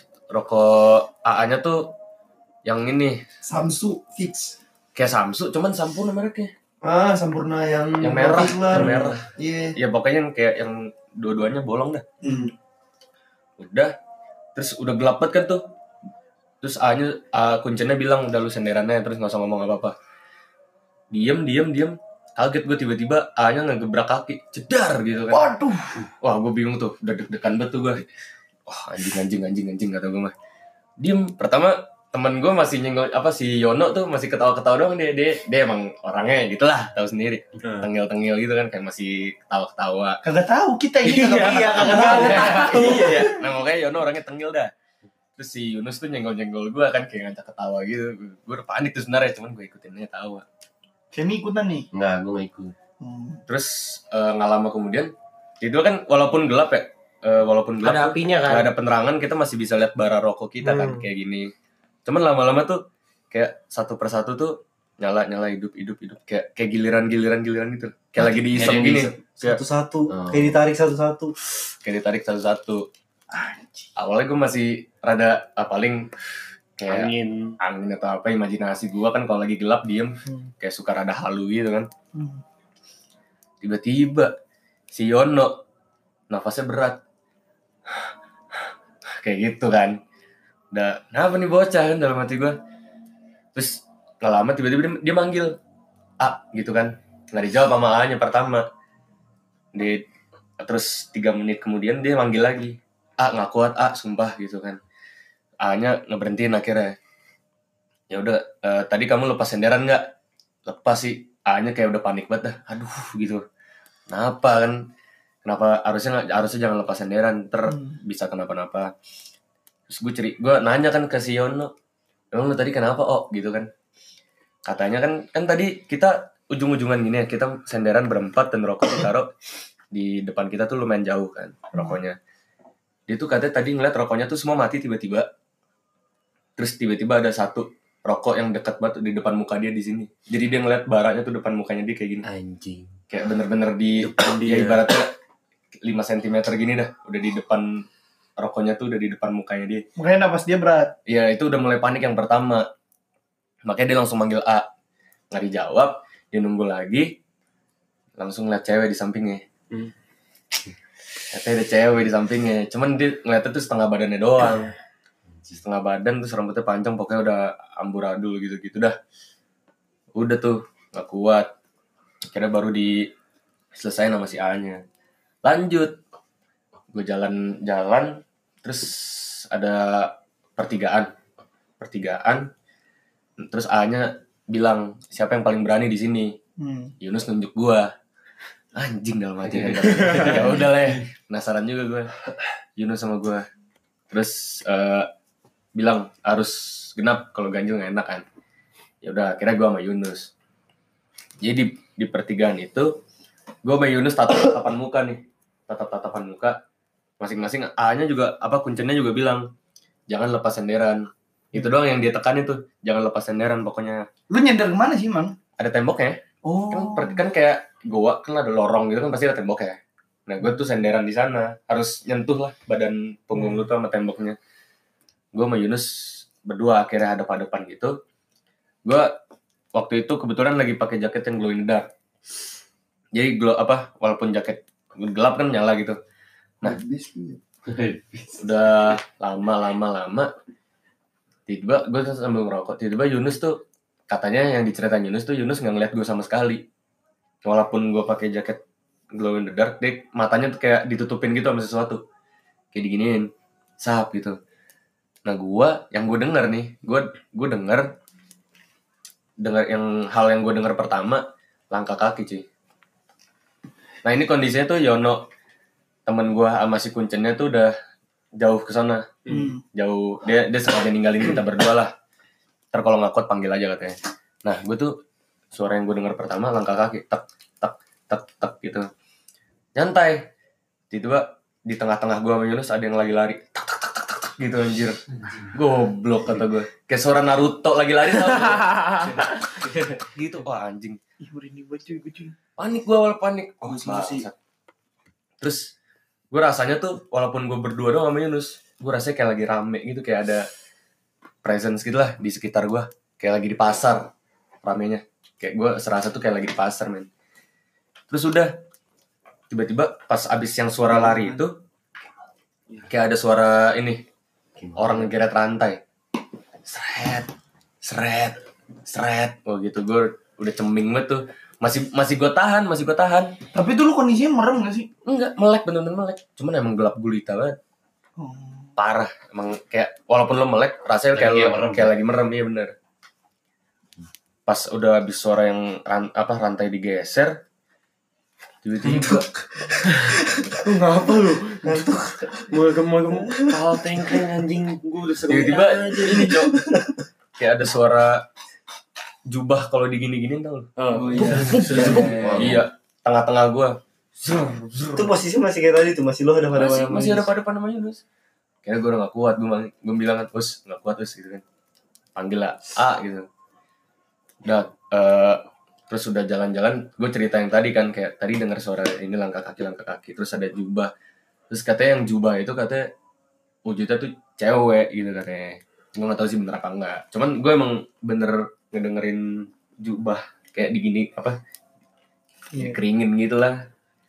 rokok AA-nya tuh yang ini Samsu fix. kayak Samsu, cuman Sampurna mereknya. Sampurna yang merah, yang merah. Iya. Ya pokoknya yang kayak yang dua-duanya bolong dah. Udah, terus udah gelap banget kan tuh. Terus kuncinya bilang udah lu senderannya, terus nggak usah ngomong apa-apa. Diem. Kaget gue tiba-tiba A-nya ngegebrak kaki, cedar gitu kan. Waduh. Wah gue bingung tuh, udah deg-degan banget tuh gue. Wah anjing kata gue mah. Diem, pertama temen gue masih nyenggol si Yono tuh masih ketawa-ketawa doang dia emang orangnya gitulah, tahu sendiri. Tengil-tengil gitu kan kayak masih ketawa-ketawa. Kagak tahu kita ini kagak tahu. Iya. Nah makanya Yono orangnya tengil dah. Terus si Yunus tuh nyenggol-nyenggol gue kan kayak ngajak ketawa gitu. Gue udah panik tuh sebenarnya, cuman gue ikutin aja tawa. Semi ikutan nih. Enggak, gue gak ikut. Terus nggak lama kemudian itu kan walaupun gelap ya, Ada apinya kan? nggak ada penerangan, kita masih bisa lihat bara rokok kita kan kayak gini. Cuman lama-lama tuh kayak satu persatu tuh nyala hidup kayak giliran gitu. Kayak lagi diisep gini. Satu-satu, kayak ditarik satu-satu. Awalnya gue masih rada paling kayak angin atau apa, imajinasi gue kan kalau lagi gelap diem kayak suka rada halu gitu kan. Tiba-tiba si Yono nafasnya berat kayak gitu kan. Udah kenapa nih bocah kan dalam hati gue. Terus gak lama tiba-tiba dia manggil A gitu kan, nggak dijawab sama A-nya pertama. Terus 3 menit kemudian dia manggil lagi, A nggak kuat A sumpah gitu kan. A-nya ngeberhentiin akhirnya. Ya udah, tadi kamu lepas senderan nggak? Lepas sih. A-nya kayak udah panik banget dah. Aduh gitu. Kenapa harusnya jangan lepas senderan, bisa kenapa-napa. Terus gue nanya kan ke si Yono, emang lu tadi kenapa gitu kan? Katanya kan tadi kita ujung-ujungan gini ya, kita senderan berempat dan rokok ditaruh di depan kita tuh lumayan jauh kan rokoknya. Dia tuh katanya tadi ngeliat rokoknya tuh semua mati tiba-tiba. Terus tiba-tiba ada satu rokok yang dekat banget di depan muka dia di sini. Jadi dia ngeliat baranya tuh depan mukanya dia kayak gini. Anjing. Kayak bener-bener ya ibaratnya 5 cm gini dah. Udah di depan rokoknya tuh udah di depan mukanya dia. Makanya napas dia berat. Iya itu udah mulai panik yang pertama. Makanya dia langsung manggil A. Nggak dijawab. Dia nunggu lagi. Langsung ngeliat cewek di sampingnya. Katanya ada cewek di sampingnya. Cuman dia ngeliatnya tuh setengah badannya doang. Setengah badan terus rambutnya panjang, pokoknya udah amburadul gitu dah. Udah tuh gak kuat. Akhirnya baru diselesain sama si A-nya. Lanjut. Gue jalan terus ada pertigaan. Terus A-nya bilang siapa yang paling berani di sini. Yunus nunjuk gue. anjing dalam hati kan. Ya udah lah, penasaran juga gue. Yunus sama gue. Terus bilang harus genap, kalau ganjil nggak enak kan. Ya udah, akhirnya gue sama Yunus. Jadi di pertigaan itu gue sama Yunus tatap-tatapan muka nih. Tatap-tatapan muka. Masing-masing A-nya juga kuncennya juga bilang jangan lepas senderan. Itu doang yang dia tekan itu, jangan lepas senderan pokoknya. Lu nyender kemana sih, Mang? Ada temboknya. Oh. Kan kayak goa kan ada lorong gitu kan, pasti ada temboknya. Nah, gue tuh senderan di sana, harus nyentuh lah badan punggung lu tuh sama temboknya. Gue sama Yunus berdua akhirnya hadap-hadapan gitu. Gue waktu itu kebetulan lagi pakai jaket yang glow in the dark. Jadi walaupun jaket gelap kan nyala gitu. Nah, udah lama tiba gue sambil ngerokok, tiba Yunus tuh katanya yang diceritain Yunus nggak ngeliat gue sama sekali, walaupun gue pakai jaket glow in the dark, dia matanya tuh kayak ditutupin gitu sama sesuatu, kayak diginiin sap gitu. Nah gue denger yang hal yang gue denger pertama langkah kaki cuy. Nah ini kondisinya tuh Yono temen gue sama si kuncennya tuh udah jauh ke sana. Jauh, dia sengaja ninggalin kita berdua lah. Ntar kalau nggak kuat panggil aja katanya. Nah gue tuh suara yang gue dengar pertama langkah kaki tak tak tak tak gitu, nyantai. Tiba-tiba di tengah-tengah gue sama Yunus ada yang lagi lari tak tak tak tak tak gitu anjir. Goblok kata gue, kayak suara Naruto lagi lari tau. Gitu, wah anjing. Ih, merinding banget cuy. Panik gue, awal panik. Oh sih. Terus gue rasanya tuh walaupun gue berdua doang sama Yunus, gue rasanya kayak lagi rame gitu, kayak ada presence gitu lah di sekitar gue, kayak lagi di pasar ramenya. Kayak gue serasa tuh kayak lagi di pasar men. Terus udah tiba-tiba pas abis yang suara lari itu kayak ada suara ini orang ngegeret rantai, seret. Oh gitu, gue udah ceming banget tuh. Masih gue tahan. Tapi itu lu kondisinya merem gak sih? Enggak, melek, bener-bener melek. Cuman emang gelap gulita banget. Parah, emang kayak walaupun lo melek rasanya kayak lagi merem, iya bener. Pas udah habis suara yang rantai digeser, tiba-tiba Lu ngapa lu? Ngantuk. Mau kepala tengkleng anjing, gua udah sering. Tiba-tiba ini Cok, kayak ada suara jubah kalau digini-giniin tau lu. Oh iya. Iya, tengah-tengah gua. Itu posisi masih kayak tadi tuh, masih lo ada Masih ada pada namanya Yunus. Kayaknya gue udah gak kuat, gue bilang kan, Us, gak kuat Us gitu kan. Panggil lah, A gitu. Udah, terus udah jalan-jalan, gue cerita yang tadi kan, kayak tadi dengar suara ini langkah kaki, terus ada jubah. Terus katanya yang jubah itu katanya wujudnya tuh cewek gitu katanya. Gue gak tahu sih bener apa enggak. Cuman gue emang bener ngedengerin jubah kayak digini keringin gitu lah.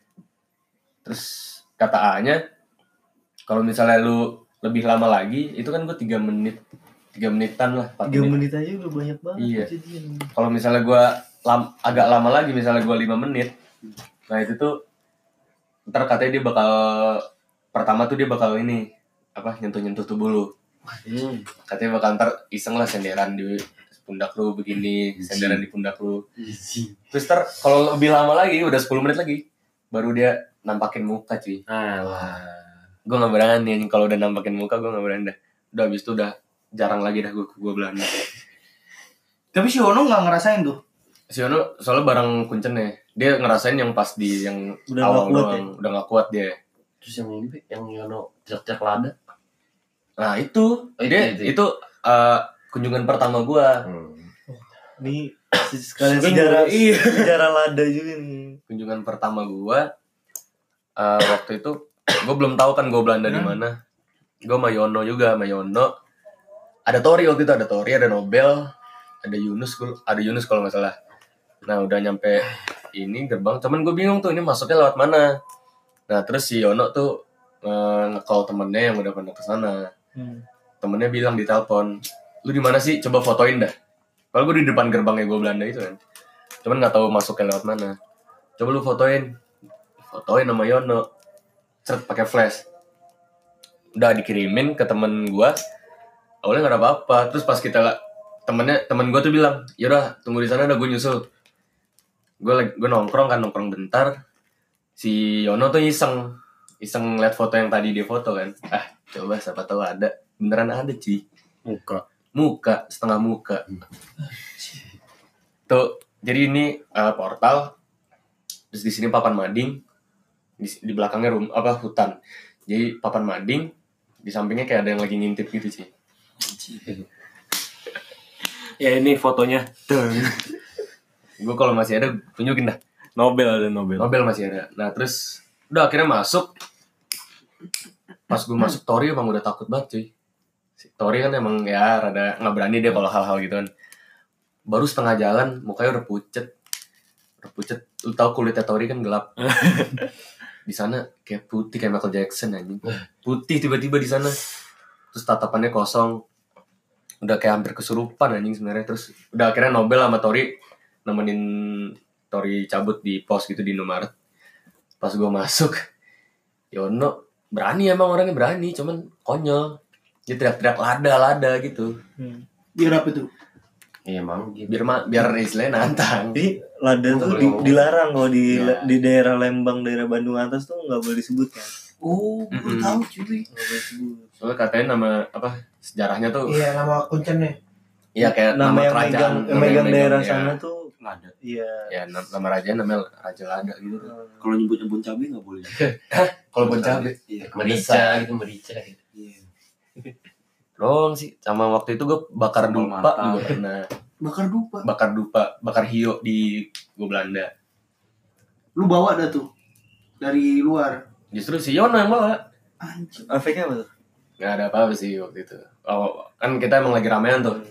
Terus kata A-nya, kalau misalnya lu lebih lama lagi, itu kan gue 3 menitan lah, 4 3 menit aja udah banyak banget. Iya. Kalau misalnya gue agak lama lagi, misalnya gue 5 menit, nah itu tuh ntar katanya dia pertama tuh dia bakal ini nyentuh tubuh lu. Katanya bakal ntar iseng lah senderan di pundak lu begini, senderan di pundak lu. Terus ntar kalau lebih lama lagi, udah 10 menit lagi, baru dia nampakin muka cuy. Alah. Gue gak berani, kalau udah nampakin muka gue gak berani dah. Udah abis itu udah jarang lagi dah gue Belanda. Tapi si Ono gak ngerasain tuh? Si Ono soalnya bareng kuncennya, dia ngerasain yang pas di yang udah awal gak kuat, doang, udah gak kuat dia. Terus yang Yono teriak-teriak lada. Nah itu kunjungan pertama gue. Ini sekalian sejarah lada juga nih. Kunjungan pertama gue waktu itu gue belum tahu kan gue Belanda di mana. Gue sama Yono juga, ada Tori waktu itu, ada Nobel, ada Yunus kalau nggak salah. Nah udah nyampe ini gerbang, cuman gue bingung tuh ini masuknya lewat mana. Nah terus si Yono tuh nge-call temennya yang udah pernah kesana. Temennya bilang di telepon, lu di mana sih? Coba fotoin dah. Kalau gue di depan gerbangnya gue Belanda itu kan, cuman nggak tahu masuknya lewat mana. Coba lu fotoin sama Yono, pakai flash. Udah dikirimin ke temen gue, awalnya nggak ada apa-apa. Terus pas temen gue tuh bilang, yaudah tunggu di sana, gue nyusul. Gue nongkrong bentar. Si Yono tuh iseng lihat foto yang tadi dia foto kan. Coba siapa tahu ada. Beneran ada cuy. Muka setengah muka. Tuh, jadi ini portal. Terus di sini papan mading. Di belakangnya hutan. Jadi papan mading, di sampingnya kayak ada yang lagi ngintip gitu sih. Ya ini fotonya. Gue kalau masih ada tunjukin dah. Nobel Masih ada. Nah terus udah akhirnya masuk. Pas gue masuk Tori emang udah takut banget cuy. Si Tori kan emang ya rada nggak berani dia kalau hal-hal gitu kan. Baru setengah jalan mukanya udah pucet. Lu tau kulitnya Tori kan gelap. Di sana kayak putih kayak Michael Jackson anjing. Putih tiba-tiba di sana. Terus tatapannya kosong. Udah kayak hampir kesurupan anjing sebenarnya. Terus udah akhirnya Nobel sama Tori nemenin Tori cabut di pos gitu di Indomaret. Pas gue masuk, Yono berani emang orangnya berani, cuman konyol. Dia teriak-teriak lada gitu. Biar apa tuh? Iya emang gitu. Biar istilahnya nantang. Jadi lada tuh dilarang kalau di daerah Lembang, daerah Bandung atas tuh nggak boleh disebut kan. Oh, baru tahu cuy. Nggak boleh disebut. Soalnya katanya nama sejarahnya tuh. Iya, nama kuncennya. Iya kayak nama yang kerajaan. yang megang daerah ya. sana tuh Lada. iya. Ya nama rajanya namanya Raja Lada gitu. Kalau nyebut cabai nggak boleh. Kalau bon cabe. Iya. Merica gitu. Iya. Doang sih. Sama waktu itu gue bakar Sambal dupa matang. juga pernah. Bakar dupa. Bakar hiyo di Belanda. Lu bawa dah tuh dari luar. Justru si Yono yang bawa. Anjir. Efeknya apa tuh? Nggak ada apa-apa sih waktu itu. Kan kita emang lagi ramean tuh.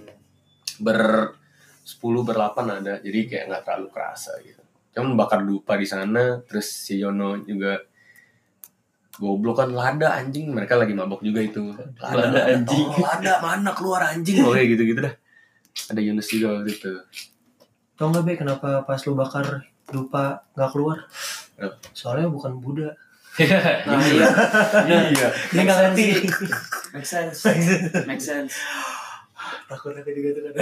10 8 ada. Jadi kayak nggak terlalu kerasa gitu. Cuman bakar dupa di sana. Terus si Yono juga goblok kan lada anjing. Mereka lagi mabok juga itu. Lada anjing. Lada mana keluar anjing. Kayak gitu-gitu dah. Ada Yunus juga waktu itu. Tau nggak Be kenapa pas lu bakar dupa nggak keluar? Soalnya bukan Buddha. Nah, Iya. Dia nggak ngerti. Make sense. Takutnya kayak gitu kan.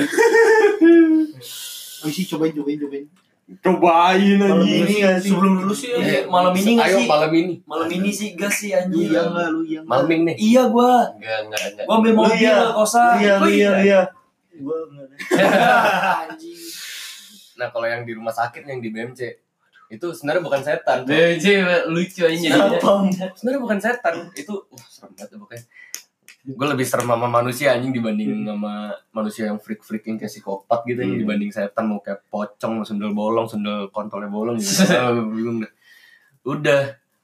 Oh sih cobain. Cobain Malam ini nggak sih? Sebelum dulu sih malam ini nggak Ayo sih? malam ini. Malam ini sih gas sih Lu anjing. iya enggak, lu iya. Malam ini nih. Iya gua. Enggak. Gua ambil mobil iya. kosan. Iya. Gua enggak ada. Anjing. Nah kalau yang di rumah sakit yang di BMC itu sebenarnya bukan setan. BMC lucu aja. Sebenarnya bukan setan. Itu serem banget pokoknya. Gue lebih serem sama manusia anjing dibanding sama manusia yang freak yang kayak psikopat gitu yang dibanding setan mau kayak pocong, sundel bolong, sundel kontolnya bolong gitu. Bingung dah. Udah.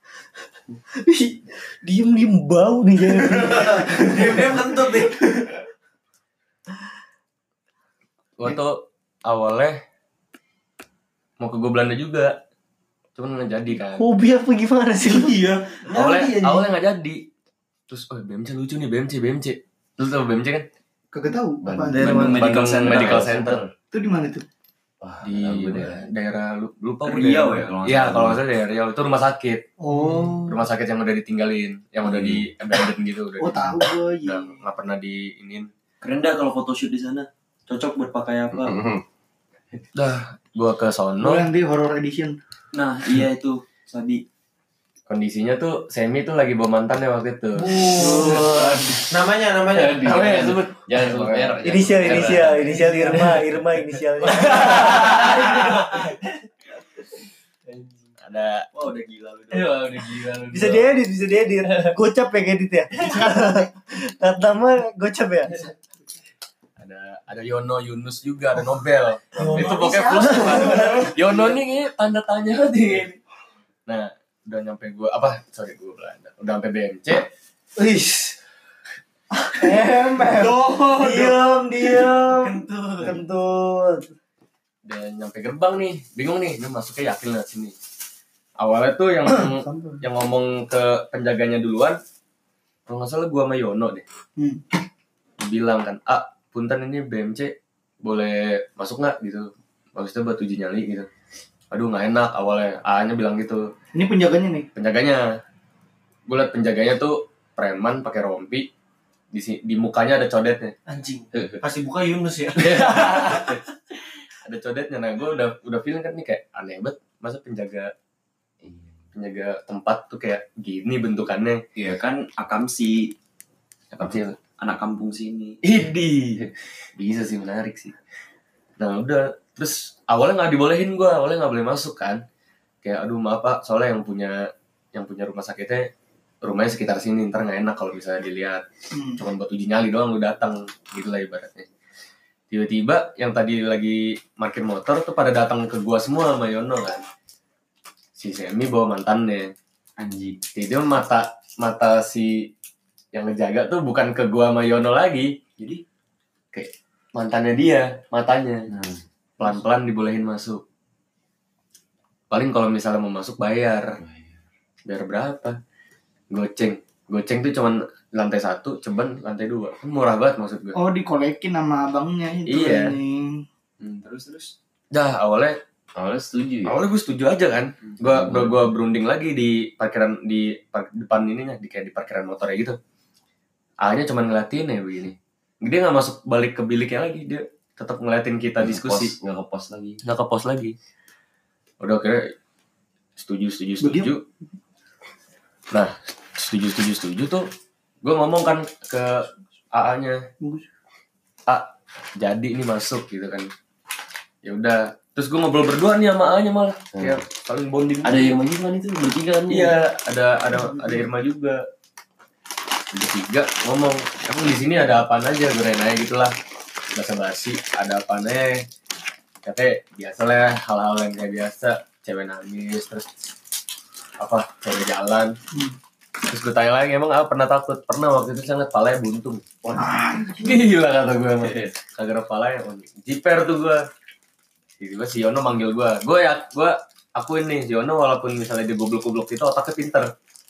Diem bau nih jadi. Dia kentut nih. Gue tuh awalnya mau ke Belanda juga. Cuman nggak jadi kan. Hobi apa gimana sih lu? Iya. Awalnya nggak jadi. Terus BMC lucu nih BMC. Lu tau BMC kan? Kagak tahu apa. Daerah Medical Center. Itu di mana tuh? Di daerah lupa gue Riau daerah. ya, kalau nggak Iya salah. kalau nggak salah daerah Riau itu rumah sakit. Oh. Rumah sakit yang udah ditinggalin, yang udah di abandon gitu udah. Oh tahu gue. Udah nggak pernah diinin. Keren dah kalau photoshoot di sana. Cocok buat pakai apa? Dah gua ke sono. Gue yang di horror edition. Nah, iya itu Sabi. Kondisinya tuh Semi tuh lagi bawa mantannya waktu itu. Namanya. Namanya sebut. Jangan sebut merek. Inisial Irma inisialnya. Ada Wah, udah gila lu. Udah gila lu. Bisa diedit. Gocap ya edit ya. Nama gocap ya. ada Yono, Yunus juga, ada Nobel. Itu pokoknya plus tuh. Yono nih kayaknya tanda tanya nih. Nah, udah nyampe gue Belanda. Udah sampai BMC. Wis. Diam. Kentut. Udah nyampe gerbang nih, bingung nih, ini masuknya yakin lihat sini. Awalnya tuh yang ngomong ke penjaganya duluan, kalau nggak salah gua sama Yono deh. Bilang kan, punten ini BMC boleh masuk nggak gitu? Maksudnya buat uji nyali gitu. Aduh nggak enak awalnya. A-nya bilang gitu. Ini penjaganya nih. Penjaganya, gue liat penjaganya tuh preman pakai rompi, di mukanya ada codetnya. Anjing. Pasti buka Yunus ya. Ada codetnya. Nah gue udah feeling kan nih kayak aneh banget. Masa penjaga penjaga tempat tuh kayak gini bentukannya. Iya kan akamsi Akamsi anak kampung sini. Idi. Bisa sih, menarik sih. Nah udah, terus awalnya nggak dibolehin gue, awalnya nggak boleh masuk kan. Kayak aduh maaf Pak, soalnya yang punya rumah sakitnya rumahnya sekitar sini, ntar nggak enak kalau misalnya dilihat. Cuman buat uji nyali doang lu datang, gitu lah ibaratnya. Tiba-tiba yang tadi lagi parkir motor tuh pada datang ke gua semua sama Yono kan. Si Semi bawa mantannya. Anjing. Jadi mata si yang ngejaga tuh bukan ke gua sama Yono lagi. Jadi kayak mantannya dia, matanya. Pelan-pelan dibolehin masuk. Paling kalau misalnya mau masuk bayar. Bayar berapa? Goceng tuh cuman lantai 1, ceban lantai 2. Murah banget maksud gue. Oh, dikolekin sama abangnya itu. Iya. Terus. Dah awalnya Setuju ya. Awalnya gue setuju aja kan. Gua berunding lagi di parkiran depan ininya, kayak di parkiran motornya gitu. A-nya cuma ngeliatin ya begini. Dia nggak masuk balik ke biliknya lagi, dia tetap ngeliatin kita diskusi. Nggak ke pos lagi. Udah akhirnya setuju. Nah, setuju tuh gue ngomong kan ke AA-nya. A, jadi ini masuk gitu kan. Ya udah. Terus gue ngobrol berdua nih sama A-nya malah. Kayak saling bonding. Ada Irma juga kan itu bertiga kan? Iya, ada Irma juga. Bertiga ngomong, emang di sini ada apaan aja, gue nanya gitulah. Basa-basi, ada apaan aja. Katanya biasa lah, hal-hal yang kayak biasa. Cewek nangis, terus cewek jalan. Terus gue tanya lagi, emang apa pernah takut? Pernah, waktu itu saya ngeliat palanya buntung. Wah, gila kata gue emang. Kagak palanya, jiper tuh gue. Tiba-tiba si Yono manggil gue. Gue akuin nih, si Yono walaupun misalnya dia goblok-goblok itu otaknya pinter.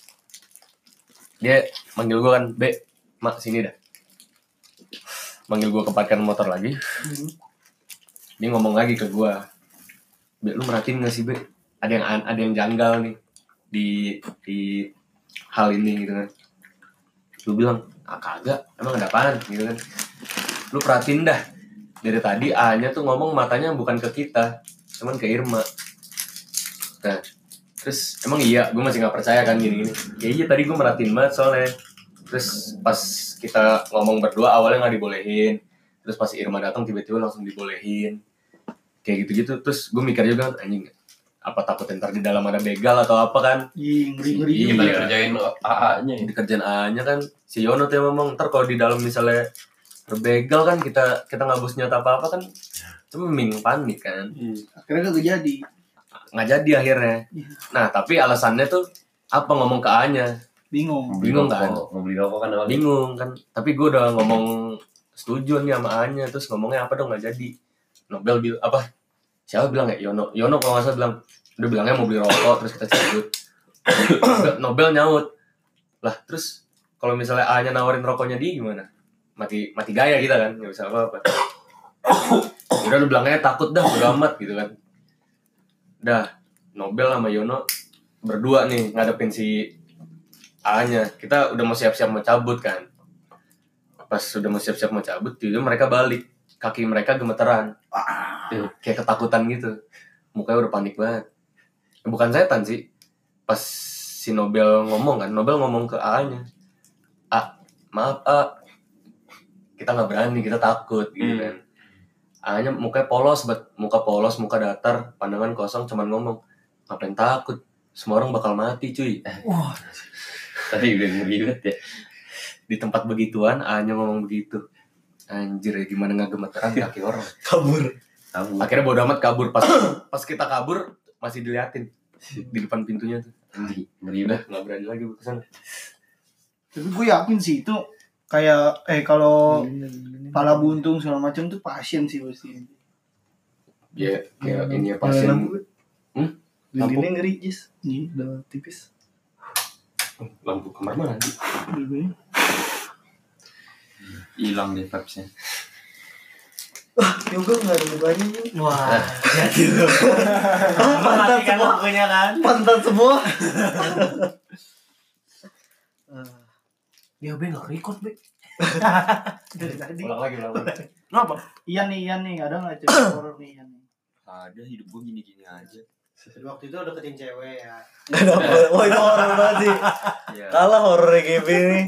Dia manggil gue kan, Be, Mak sini dah. Manggil gue ke parkiran motor lagi. Dia ngomong lagi ke gue, Be, lu merhatiin gak sih, Be? Ada yang janggal nih di hal ini gitu kan. Lu bilang, kagak, emang ada apaan gitu kan. Lu perhatiin dah, dari tadi A-nya tuh ngomong matanya bukan ke kita, cuman ke Irma. Nah, terus emang iya, gue masih gak percaya kan gini-gini. Ya iya tadi gue merhatiin banget soalnya. Terus pas kita ngomong berdua awalnya gak dibolehin. Terus pas Irma datang tiba-tiba langsung dibolehin. Kayak gitu-gitu. Terus gue mikir juga, anjing, apa takut ntar di dalam ada begal atau apa kan. Ngeri-ngeri. Kita dikerjain AA-nya ya. Dikerjain A-nya kan. Si Yono tuh ngomong, ntar kalau di dalam misalnya berbegal kan kita gak bos nyata apa-apa kan. Ceming, panik kan. Akhirnya gak jadi. Nggak jadi akhirnya. Nah tapi alasannya tuh apa ngomong ke A-nya? Bingung kan? Mau beli rokok kan awalnya. Bingung kan. Tapi gue udah ngomong setuju nih sama A-nya. Terus ngomongnya apa dong nggak jadi. Nobel bilang apa? Siapa bilang ya? Yono kalau nggak salah bilang. Udah bilangnya mau beli rokok terus kita cabut. Nobel nyaut. Lah terus kalau misalnya A-nya nawarin rokoknya dia gimana? Mati gaya kita kan, nggak bisa apa-apa. Udah lu bilangnya takut dah, udah amat gitu kan. Dah, Nobel sama Yono berdua nih ngadepin si A-nya. Kita udah mau siap-siap mau cabut kan. Pas udah mau siap-siap mau cabut, tiba-tiba mereka balik. Kaki mereka gemeteran. Kayak ketakutan gitu. Mukanya udah panik banget. Bukan setan sih. Pas si Nobel ngomong kan, Nobel ngomong ke A-nya. A, maaf A, kita gak berani, kita takut gitu kan. A-nya mukanya polos, muka datar, pandangan kosong, cuman ngomong, ngapain takut? Semua orang bakal mati cuy. Wah, tadi udah ngeri banget ya. Di tempat begituan, A-nya ngomong begitu. Anjir ya, gimana gak gemeteran kaki orang. Kabur. Akhirnya bodo amat kabur. Pas kita kabur, masih diliatin. Di depan pintunya tuh. Anjir, ngeri udah, gak berani lagi kesana. Tapi gue yakin sih itu kayak kalau pala buntung segala macam tuh pasien sih pasti. Ya, kayak ini ya pasien. Lilinnya ngeri, Jis. Nih, udah tipis. Lampu kamar mandi. Hilang deh vibes-nya. Wah, yoga nggak ada bebannya nih. Wah, jadi lu. Mematikan lampunya kan. Pantat semua. Ya be nggak record be. Dari tadi. Ulang lagi. Kenapa? Iya nih, ada nggak cerita horor nih? Ada, hidup gue gini-gini aja. Waktu itu deketin cewek ya. Gak dapet. Wah itu horor banget sih. Iya. Kalah horor GB nih.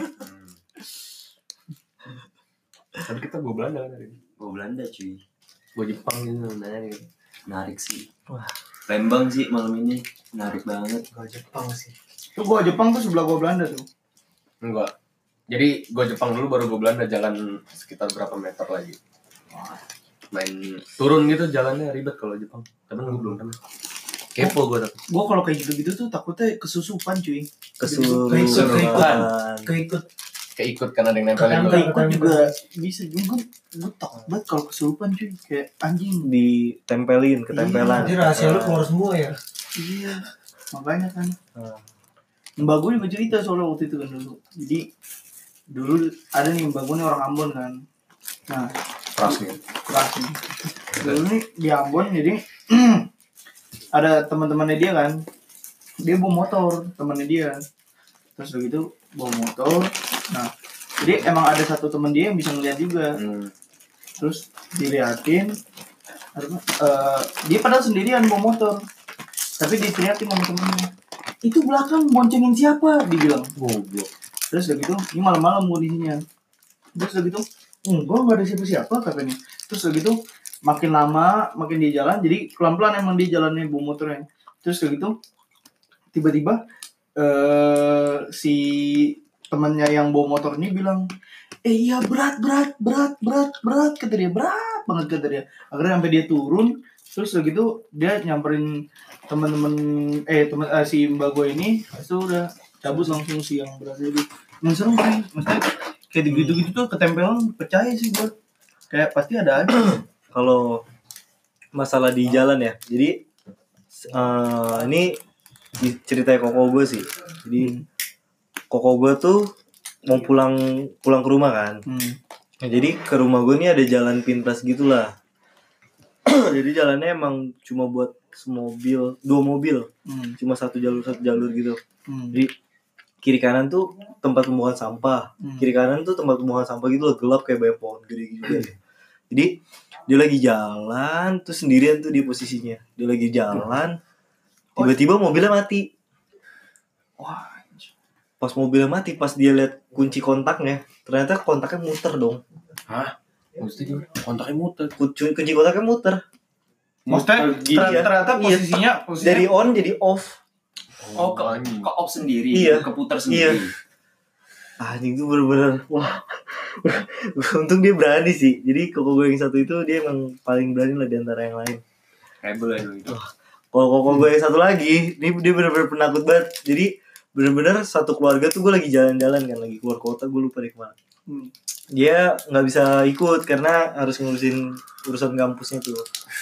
Tapi kita gue Belanda kan hari ini. Gue Belanda cuy. Gue Jepang gitu nanya gitu. Menarik sih. Wah. Lembang sih malam ini. Menarik banget. Gua Jepang sih. Tuh gua Jepang tuh sebelah gua Belanda tuh. Enggak. Jadi gue Jepang dulu baru gue Belanda, jalan sekitar berapa meter lagi. Main turun gitu jalannya ribet kalau Jepang. Tapi gue belum pernah. Kepo gue tapi. Gua kalau kayak gitu-gitu tuh takutnya kesusupan cuy. Keikut Keikut kan ada yang nempelin Kadang gue. keikut juga bisa juga. Gue takut banget kalau kesurupan cuy, kayak anjing. Ditempelin, ketempelan. Jadi rahasia lu keluar semua ya. Iya, makanya kan. Mbak gue juga cerita soalnya waktu itu kan dulu. Jadi dulu ada nih mbak gue nih orang Ambon kan. Nah, Keras nih. keras nih. Dulu nih di Ambon jadi ada teman-temannya dia kan. Dia bawa motor, temannya dia. Terus begitu bawa motor. Nah, jadi emang ada satu teman dia yang bisa ngeliat juga. Terus diliatin, dia padahal sendirian bawa motor, tapi diteriakin sama temennya, itu belakang boncengin siapa, dibilang. Goblok. Terus udah gitu, ini malam-malam kondisinya. Terus udah gitu, enggak ada siapa-siapa katanya. Terus udah gitu, makin lama makin dia jalan, jadi pelan-pelan emang dia jalannya bawa motornya. Terus udah gitu, tiba-tiba si temannya yang bawa motor ini bilang, iya berat kata dia, berat banget kata dia. Akhirnya sampai dia turun, terus udah gitu dia nyamperin teman-teman si mbak gue ini, itu udah cabut langsung si yang berat itu. Yang seru sih, maksudnya kayak gitu-gitu tuh ketempelan, percaya sih gue, kayak pasti ada aja. Kalau masalah di jalan ya, jadi ini ceritanya koko gue sih. Jadi koko gue tuh mau pulang ke rumah kan. Nah, jadi ke rumah gue nih ada jalan pintas gitulah. Jadi jalannya emang cuma buat dua mobil, cuma satu jalur gitu. Jadi kiri kanan tuh tempat pembuangan sampah, kiri kanan tuh tempat pembuangan sampah gitu loh, gelap kayak banyak pohon gede gitu. Jadi dia lagi jalan tuh sendirian tuh di posisinya. Dia lagi jalan, tiba-tiba mobilnya mati. Wah, Pas mobilnya mati, pas dia lihat kunci kontaknya, ternyata kontaknya muter dong. Hah? Mesti kontaknya muter. Kunci kontaknya muter. maksudnya Iya. ternyata posisinya Dari on jadi off. Oh, ke off sendiri. Iya. Keputar sendiri. Anjing tuh bener-bener wah. Untung dia berani sih. Jadi koko gue yang satu itu dia emang paling berani lah di antara yang lain. Rebel aja itu. Kalau koko gue yang satu lagi, dia bener-bener penakut banget. Jadi bener-bener satu keluarga tuh gue lagi jalan-jalan kan, lagi keluar kota, gue lupa di kemana. Dia nggak bisa ikut karena harus ngurusin urusan kampusnya tuh.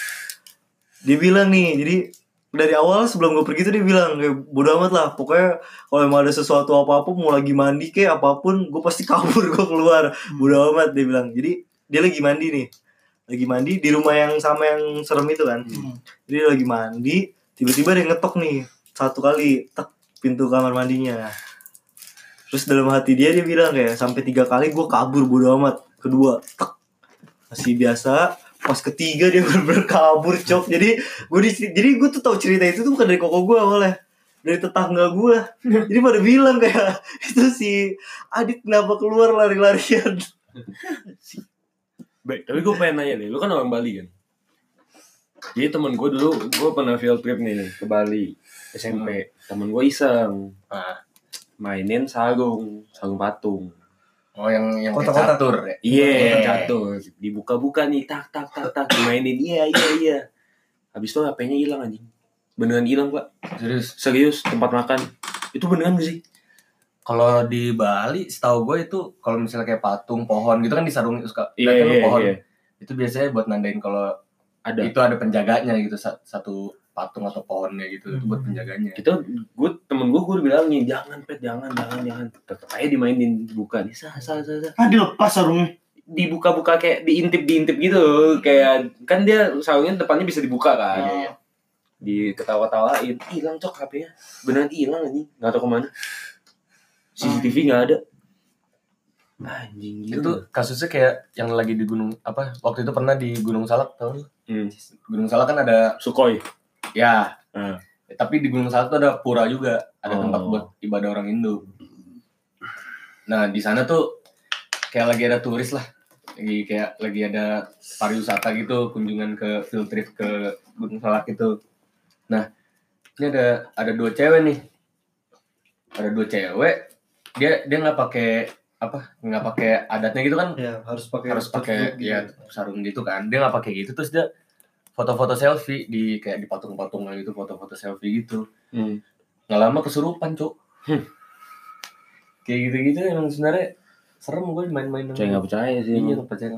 Dia bilang nih, jadi dari awal sebelum gue pergi tuh dia bilang kayak bodo amat lah, pokoknya kalau emang ada sesuatu apa-apa, mau lagi mandi kayak apapun, gue pasti kabur, gue keluar, bodo amat dia bilang. Jadi dia lagi mandi nih, lagi mandi di rumah yang sama yang serem itu kan. Jadi dia lagi mandi, tiba-tiba dia ngetok nih satu kali, tek, pintu kamar mandinya. Terus dalam hati dia bilang kayak sampai 3 kali gue kabur bodo amat. Kedua, tek, masih biasa. Pas ketiga dia bener-bener kabur cok. Jadi gue tuh tahu cerita itu tuh bukan dari koko gue awalnya, dari tetangga gue. Jadi pada bilang kayak itu si Adit kenapa keluar lari-larian. Baik, tapi gue pengen nanya nih, lu kan orang Bali kan? Jadi temen gue dulu, gue pernah field trip nih ke Bali SMP. Temen gue iseng mainin sarung patung. Oh yang Kotak-kotak. catur ya? Iya, catur. Dibuka-buka nih, tak, dimainin. Iya. Habis itu HP-nya hilang anjing. Beneran hilang, Pak. Serius, tempat makan. Itu beneran gak sih? Kalau di Bali, setahu gue itu kalau misalnya kayak patung, pohon gitu kan disarung suka. Iya. Pohon. Itu biasanya buat nandain kalau itu ada penjaganya gitu, satu patung atau pohonnya gitu, itu buat penjaganya. Temen gue bilang nih, jangan pet, jangan. Tetep aja dimainin, dibuka nih, sah. dilepas sarungnya. Dibuka-buka kayak diintip gitu, kayak kan dia sarungnya depannya bisa dibuka kan. Iya. Diketawa-tawain, hilang cok HP-nya, beneran hilang anjing, nggak tahu kemana. CCTV nggak ada. Anjing gitu. Itu kasusnya kayak yang lagi di gunung apa? Waktu itu pernah di Gunung Salak, tau lu? Gunung Salak kan ada Sukhoi. Ya, Tapi di Gunung Salak tuh ada pura juga, ada tempat buat ibadah orang Hindu. Nah di sana tuh kayak lagi ada turis lah, lagi ada pariwisata gitu, kunjungan ke field trip ke Gunung Salak itu. Nah ini ada 2 cewek nih, dia nggak pakai adatnya gitu kan, harus pakai ya sarung gitu kan, dia nggak pakai gitu, terus dia foto-foto selfie di patung-patung gitu, foto-foto selfie gitu. Nggak lama kesurupan cuk. Kayak gitu-gitu emang sebenarnya serem gue main-main. Saya nggak percaya sih. Iya nggak percaya.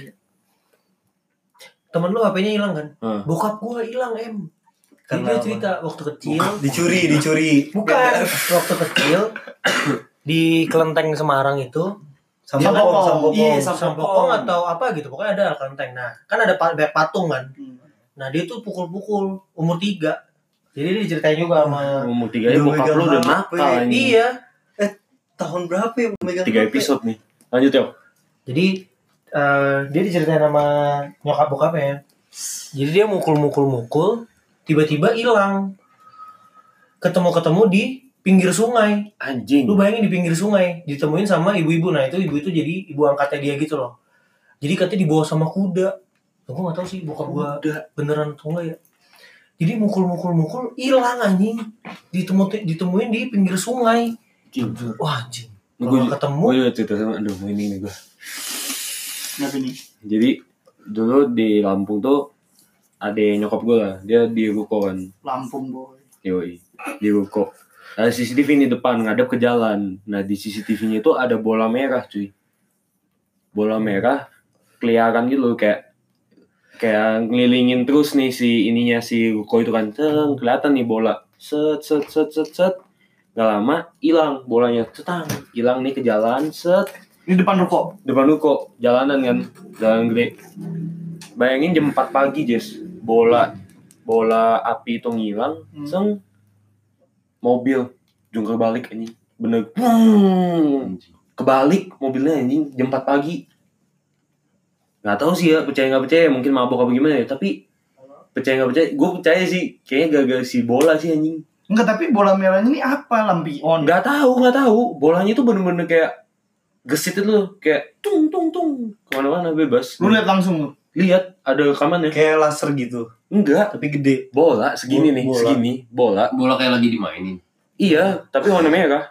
Temen lu HP-nya hilang kan? Bokap gua hilang Dia cerita waktu kecil dicuri. Bukan, waktu kecil di Kelenteng Semarang itu Sampokong atau apa gitu, pokoknya ada kelenteng. Nah, kan ada patung kan. Nah, dia tuh pukul-pukul umur 3. Jadi dia diceritain juga sama umur 3 ya bokap lu udah nakal ini. Iya. Tahun berapa ya megang 3 episode nih. Lanjut yo. Jadi dia diceritain sama nyokap bokapnya. Jadi dia mukul, tiba-tiba hilang. Ketemu di pinggir sungai. Anjing. Lu bayangin di pinggir sungai, ditemuin sama ibu-ibu. Nah, itu ibu itu jadi ibu angkatnya dia gitu loh. Jadi katanya dibawa sama kuda. Gue enggak tahu sih bokap gua beneran atau enggak ya. Jadi mukul hilang anjing. Ditemuin di pinggir sungai. Wah anjing. Kalau ketemu gue cerita sama ini gue. Kenapa nih? Jadi dulu di Lampung tuh ada nyokap gue lah, dia di ruko kan. Lampung boy. Yoi, di ruko. Ada CCTV di depan ngadep ke jalan. Nah di CCTV-nya itu ada bola merah cuy. Bola merah keliaran gitu kayak ngelilingin terus nih si ruko itu kan. Kelihatan nih bola. Set. Gak lama hilang bolanya. Hilang nih ke jalan. Set. Ini depan ruko. Jalanan kan. Jalan gede. Bayangin jam 4 pagi, Jess. Bola api itu ngilang. Mobil jungkir balik anjing. Bener. Kebalik mobilnya anjing jam 4 pagi. Nggak tahu sih ya, percaya nggak percaya, mungkin mabok apa gimana ya, tapi percaya nggak percaya, gue percaya sih, kayaknya gagal si bola sih anjing. Enggak, tapi bola merahnya ini apa, lampion? Nggak tahu, bolanya itu bener-bener kayak gesit itu, kayak tung kemana-mana bebas. Lu lihat langsung lu? Lihat, ada rekamannya. Kayak laser gitu. Enggak, tapi gede. Bola segini nih, segini bola kayak lagi dimainin. Iya, tapi warna merah.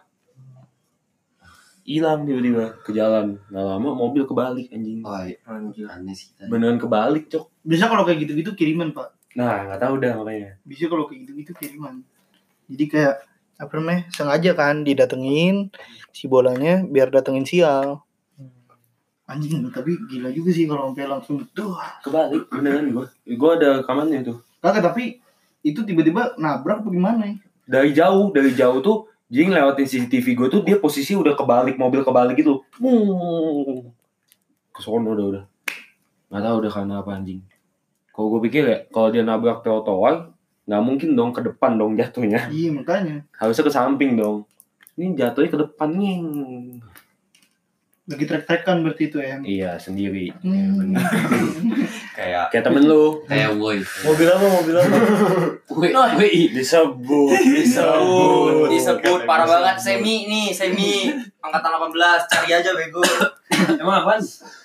Hilang tiba-tiba ke jalan. Nggak lama mobil kebalik anjing. Anjir. Aneh sih. Beneran kebalik, Cok. Bisa kalau kayak gitu-gitu kiriman, Pak. Nah, nggak tahu dah makanya. Bisa kalau kayak gitu-gitu kiriman. Jadi kayak apa namanya? Sengaja kan didatengin si bolanya biar datengin sial. Anjing, tapi gila juga sih kalau sampai langsung tuh kebalik beneran gue ada rekamannya tuh. Kagak, tapi itu tiba-tiba nabrak apa gimana ya? Dari jauh tuh Jing lewatin CCTV gue tuh dia posisi udah kebalik, mobil kebalik gitu. Kesono udah. Nggak tahu udah karena apa anjing. Kalau gue pikir ya, kalau dia nabrak trotoar, nggak mungkin dong ke depan dong jatuhnya. Iya makanya. Harusnya ke samping dong. Ini jatuhnya ke depan nih. Lagi trek-trekan berarti itu ya? Iya sendiri. Kayak temen lu. Kayak boy. Mobil apa? Wih. Disebut parah banget. Semi angkatan 18, cari aja bego. Emang apaan?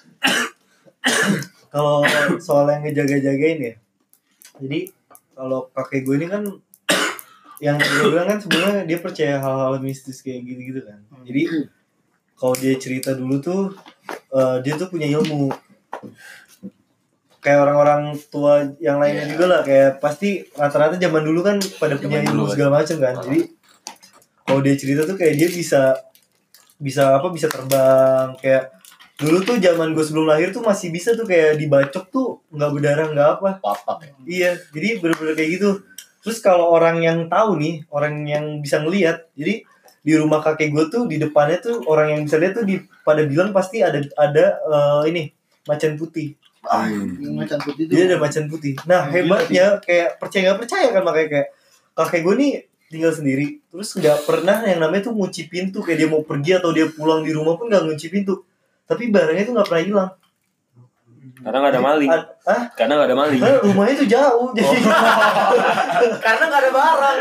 Kalau soal yang ngejaga-jagain ya. Jadi kalau kakek gue ini kan yang gue bilang kan sebenarnya dia percaya hal-hal mistis kayak gitu-gitu kan. Jadi kalau dia cerita dulu tuh dia tuh punya ilmu. Kayak orang-orang tua yang lainnya juga lah, kayak pasti rata-rata zaman dulu kan pada punya ilmu segala macam kan. Jadi kalau dia cerita tuh kayak dia bisa terbang. Kayak dulu tuh zaman gue sebelum lahir tuh masih bisa tuh kayak dibacok tuh nggak berdarah nggak apa. Papak. Iya, jadi bener-bener kayak gitu. Terus kalau orang yang tahu nih, orang yang bisa ngelihat, jadi di rumah kakek gue tuh di depannya tuh orang yang bisa lihat tuh pada bilang pasti ada ini macan putih. Macan putih itu. Dia ada macan putih. Nah hebatnya kayak percaya nggak percaya kan, makanya kayak kakek gue nih tinggal sendiri, terus nggak pernah yang namanya tuh ngunci pintu, kayak dia mau pergi atau dia pulang di rumah pun nggak ngunci pintu, tapi barangnya tuh nggak pernah hilang. Karena nggak ada maling. Karena nggak ada maling. Rumahnya tuh jauh jadi. Karena nggak ada barang.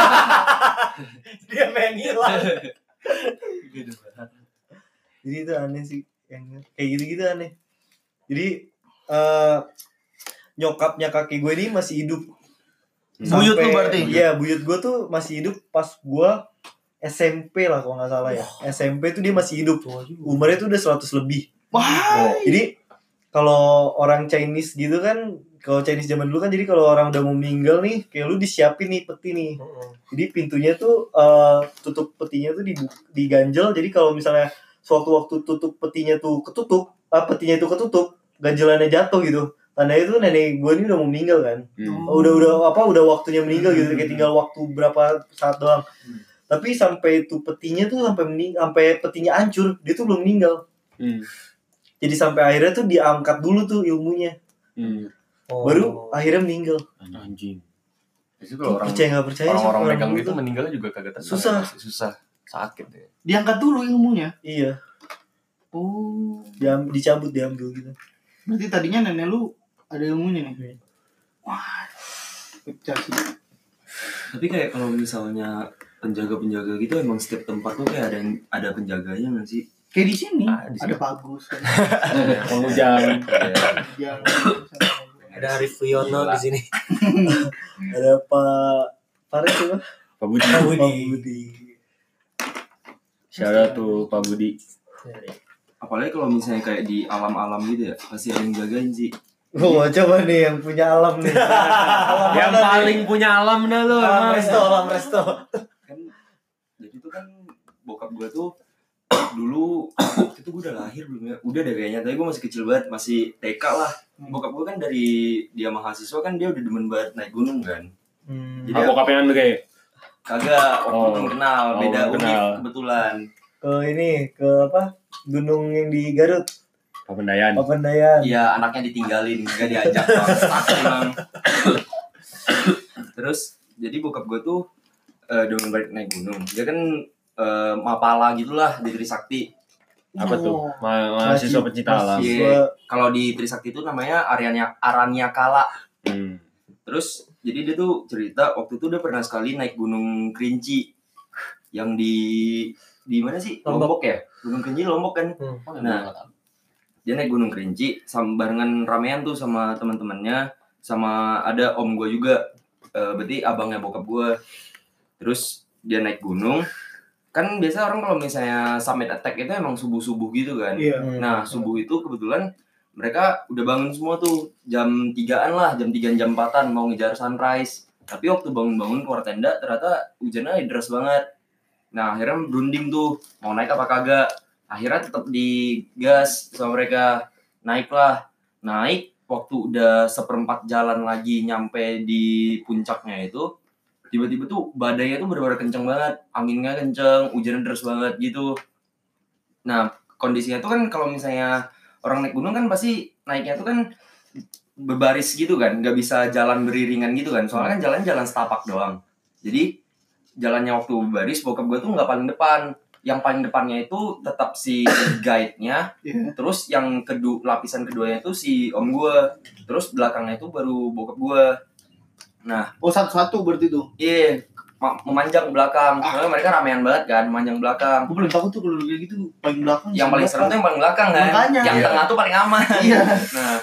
Dia pengen hilang. Jadi itu aneh sih, yang kayak gitu-gitu aneh. Jadi nyokapnya kakek gue ini masih hidup. Buyut lu berarti? Iya, buyut gue tuh masih hidup pas gue SMP lah kalau nggak salah ya. SMP tuh dia masih hidup. Umurnya tuh udah 100 lebih. Wah. Jadi kalau orang Chinese gitu kan, kalau Chinese zaman dulu kan, jadi kalau orang udah mau meninggal nih, kayak lu disiapin nih peti nih. Jadi pintunya tuh tutup petinya tuh diganjel. Jadi kalau misalnya suatu waktu tutup petinya tuh ketutup, petinya itu ketutup, ganjelannya jatuh gitu. Tandanya itu nenek gue ini udah mau meninggal kan. Udah waktunya meninggal gitu, kayak tinggal waktu berapa saat doang. Tapi sampai itu petinya tuh sampai petinya hancur, dia tuh belum meninggal. Jadi sampai akhirnya tuh diangkat dulu tuh ilmunya. Baru akhirnya meninggal. Anjing. Itu kalau orang percaya nggak percaya sih orang megang gitu meninggalnya juga kagak tenang. Susah. Sakit ya. Diangkat dulu ilmunya. Iya. Oh. Diambil gitu. Berarti tadinya nenek lu ada ilmunya nih. Wah. Pecah sih. Tapi kayak kalau misalnya penjaga-penjaga gitu emang setiap tempat tuh kayak ada penjaganya nggak sih? Kayak di sini Di ada Bagus. Pengujang. Ada Arif Wiono di sini. Ada Pak Farid juga. Pak Budi. Shout out to Pak Budi. Apalagi kalau misalnya kayak di alam-alam gitu ya, pasti ada yang jagain sih. Coba nih yang punya alam nih. Yang paling punya alam dah lu. Alam resto. Kan jadi tuh kan bokap gue tuh dulu waktu itu gue udah lahir belum ya? Udah deh kayaknya, tapi gue masih kecil banget, masih TK lah. Bokap gue kan dari dia mahasiswa kan dia udah demen banget naik gunung kan. Jadi bokapnya lu kayak kagak, waktu belum kenal, beda univ kebetulan. Ke apa? Gunung yang di Garut. Papandayan. Iya, anaknya ditinggalin, gak diajak bang. Terus jadi bokap gue tuh demen banget naik gunung. Dia kan mapala gitulah di Trisakti. Apa tuh? Mahasiswa pecinta alam. Kalau di Trisakti itu namanya Aranya Kala. Terus jadi dia tuh cerita waktu itu dia pernah sekali naik Gunung Kerinci yang di mana sih? Lombok ya? Gunung Kerinci Lombok kan. Nah, dia naik Gunung Kerinci barengan ramean tuh sama teman-temannya, sama ada om gue juga. Berarti abangnya bokap gue. Terus dia naik gunung. Kan biasa orang kalau misalnya summit attack itu emang subuh-subuh gitu kan. Nah, subuh itu kebetulan mereka udah bangun semua tuh jam 3-an lah, jam 3 jam 4-an mau ngejar sunrise. Tapi waktu bangun-bangun keluar tenda ternyata hujannya deras banget. Nah, akhirnya berunding tuh mau naik apa kagak. Akhirnya tetap digas sama mereka. Naiklah. Naik waktu udah 1/4 jalan lagi nyampe di puncaknya itu, tiba-tiba tuh badainya tuh bener-bener kenceng banget, anginnya kenceng, hujannya deras banget gitu. Nah, kondisinya tuh kan kalau misalnya orang naik gunung kan pasti naiknya tuh kan berbaris gitu kan, nggak bisa jalan beriringan gitu kan, soalnya kan jalan setapak doang. Jadi jalannya waktu berbaris, bokap gue tuh nggak paling depan, yang paling depannya itu tetap si guide-nya, terus yang lapisan keduanya itu si om gue, terus belakangnya itu baru bokap gue. Nah, satu-satu berarti tuh. Iya, memanjang belakang. Soalnya mereka ramean banget kan, memanjang belakang. Gue paling takut tuh kalau kayak gitu, paling belakang. Yang paling serem tuh yang paling belakang kan. Makanya. Yang tengah tuh paling aman. Iya. Nah,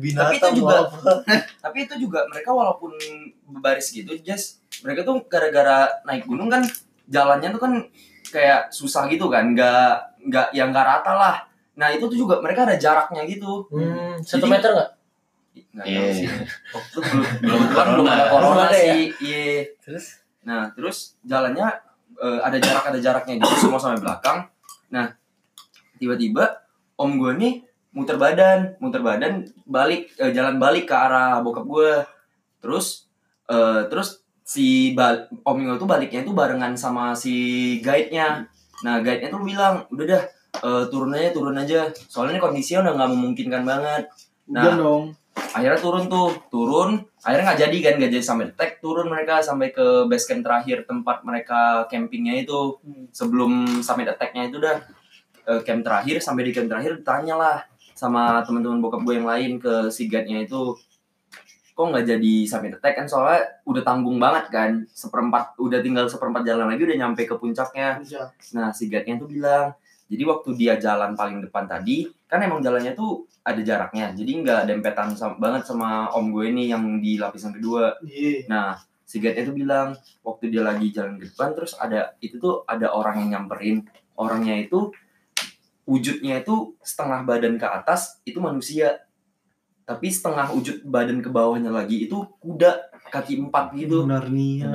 tapi itu juga mereka walaupun berbaris gitu, mereka tuh gara-gara naik gunung kan jalannya tuh kan kayak susah gitu kan, nggak rata lah. Nah, itu tuh juga mereka ada jaraknya gitu. 1 meter nggak? Nggak tahu sih. Waktu belum ada corona sih. Iya. Terus jalannya ada jaraknya gitu semua sampai belakang. Nah, tiba-tiba om gue nih muter badan balik jalan balik ke arah bokap gue. Terus si om gue tuh baliknya tuh barengan sama si guide-nya. Nah, guide-nya tuh bilang, "Udah dah, turun aja. Soalnya ini kondisinya udah nggak memungkinkan banget." Nah, akhirnya turun, akhirnya nggak jadi sampai detek, turun mereka sampai ke base camp terakhir tempat mereka campingnya itu. Sebelum sampai deteknya itu udah camp terakhir, sampai di camp terakhir ditanyalah sama teman-teman bokap gue yang lain ke si guide-nya itu, kok nggak jadi summit attack kan, soalnya udah tanggung banget kan, udah tinggal seperempat jalan lagi udah nyampe ke puncaknya. Nah si guide-nya tuh bilang, jadi waktu dia jalan paling depan tadi kan emang jalannya tuh ada jaraknya, jadi nggak dempetan banget sama om gue nih yang di lapisan kedua. Nah si guide-nya tuh bilang waktu dia lagi jalan ke depan terus ada orang yang nyamperin, orangnya itu wujudnya itu setengah badan ke atas itu manusia, tapi setengah wujud badan ke bawahnya lagi itu kuda kaki 4 gitu. Narnia.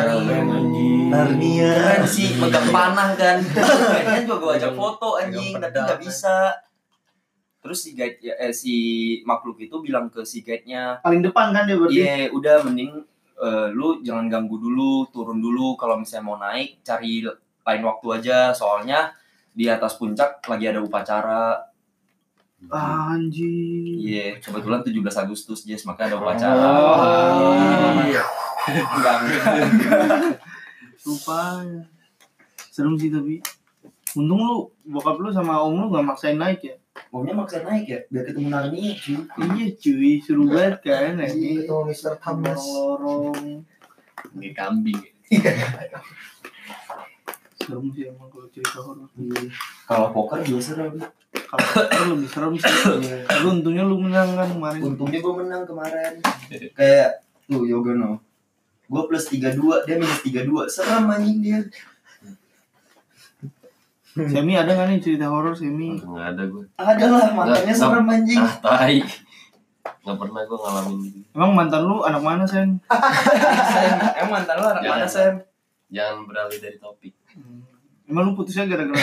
Keren sih, megang panah kan. Kayaknya juga gue ajak foto anjing, tapi nggak bisa. Terus si makhluk itu bilang ke si guide-nya, paling depan kan dia berarti. Iya, udah mending lu jangan ganggu dulu, turun dulu, kalau misalnya mau naik cari lain waktu aja, soalnya di atas puncak lagi ada upacara. Anjing. Iya, kebetulan 17 Agustus, Jess, maka ada upacara. Enggak. Rupanya. Serem sih tapi. Untung lu, bokap lu sama om lu gak maksain naik ya? Maunya maksa naik ya, biar ketemu Narnia cuy. Iya cuy, seru banget kan. Ketemu Mr. Thomas. Lorong. Ini kambing. Serem sih emang kalau cerita horor. Kalau poker juga serem. Kalau poker lebih serem sih. Lu untungnya lu menang kan kemarin. Untungnya gue menang kemarin. Kayak tuh Yogono. Gue plus 32, dia minus 32. Serem anjing dia. Semi ada gak nih cerita horor Semi? Nggak ada gue. Ada lah, matanya serem anjing. Tai. Nggak pernah gue ngalamin gitu. Emang mantan lu anak mana Sen? Emang mantan lu anak mana Sam? Jangan beralih dari topik. Emang lu putusnya gara-gara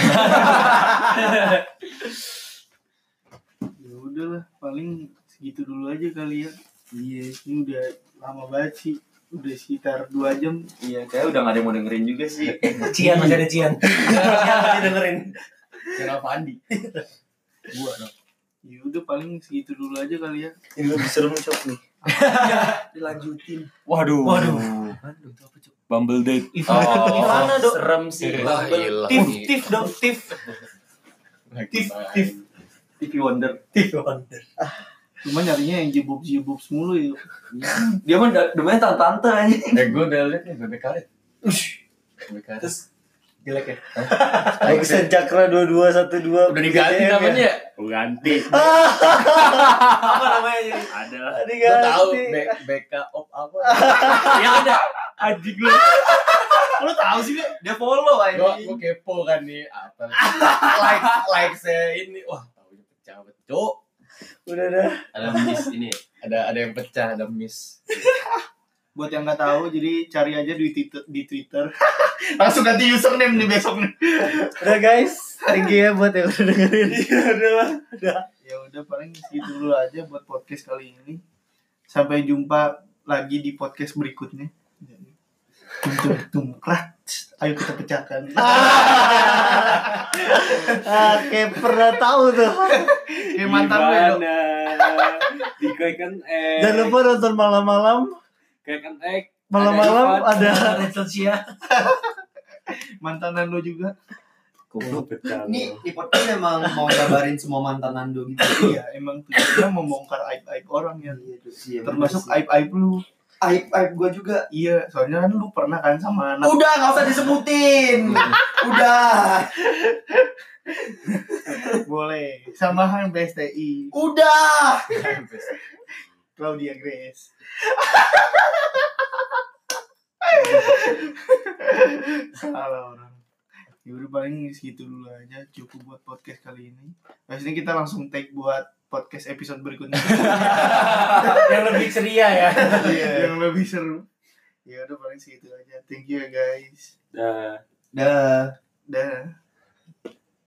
ya udahlah, paling segitu dulu aja kali ya. Iya, ini udah lama banget sih. Udah sekitar 2 jam. Iya, kayak udah gak ada yang mau dengerin juga sih. Cian masih ada Cian. Cian masih dengerin. Channel Pandi. Gua dong. Ya udah paling segitu dulu aja kali ya. Ini lebih serem Cok nih. Dilanjutin. Waduh. Aduh, itu apa Cok? Bumble date. Ivana dong. Serem sih. Wah, gila. Tif dong, Tif. TV Wonder. Cuma nyarinya yang jibub mulu ya. Dia mah namanya tante-tante aja. Gue udah liat nih bebek karet. Bebek karet. Terus jelek ya? Exen Cakra 2212. Udah diganti namanya ya? Gue ganti. Apa namanya jadi? Ada. Gue tahu BK op apa. Ya ada. Anjing lu. Lu tahu sih Dia follow aja. Gue kepo kan nih apa. Like saya ini. Wah, tahunya pecah betul. Udah dah. Ada miss ini. Ada yang pecah, ada miss. Buat yang nggak tahu, jadi cari aja di Twitter. Langsung ganti username nih besok nih. Udah guys, thank you ya buat yang udah dengerin. Ya udah paling segitu dulu aja buat podcast kali ini. Sampai jumpa lagi di podcast berikutnya. Tum-tum-tum-krat. Ayo kita pecahkan. Kayak pernah tahu tuh. Kayak mantan gue dong. Dikaikan Jangan lupa nonton malam-malam. Kaikan Malam-malam ada Retsia. Mantanan lo juga. Ini di podcast emang mau ngabarin semua mantan Nando gitu. Iya, emang tujuannya membongkar aib-aib orang ya. Iya, Termasuk aib-aib lu. aib gue juga. Iya, soalnya kan lu pernah kan sama anak. Udah, gak usah disebutin. Udah. Boleh. Sama yang PSTI. Udah. Claudia Grace. Salah orang. Ya udah paling segitu dulu aja, cukup buat podcast kali ini. Habis ini kita langsung take buat podcast episode berikutnya. Yang lebih ceria ya. Iya, yang lebih seru. Ya udah paling segitu aja. Thank you ya guys. Dah. Dah. Dah.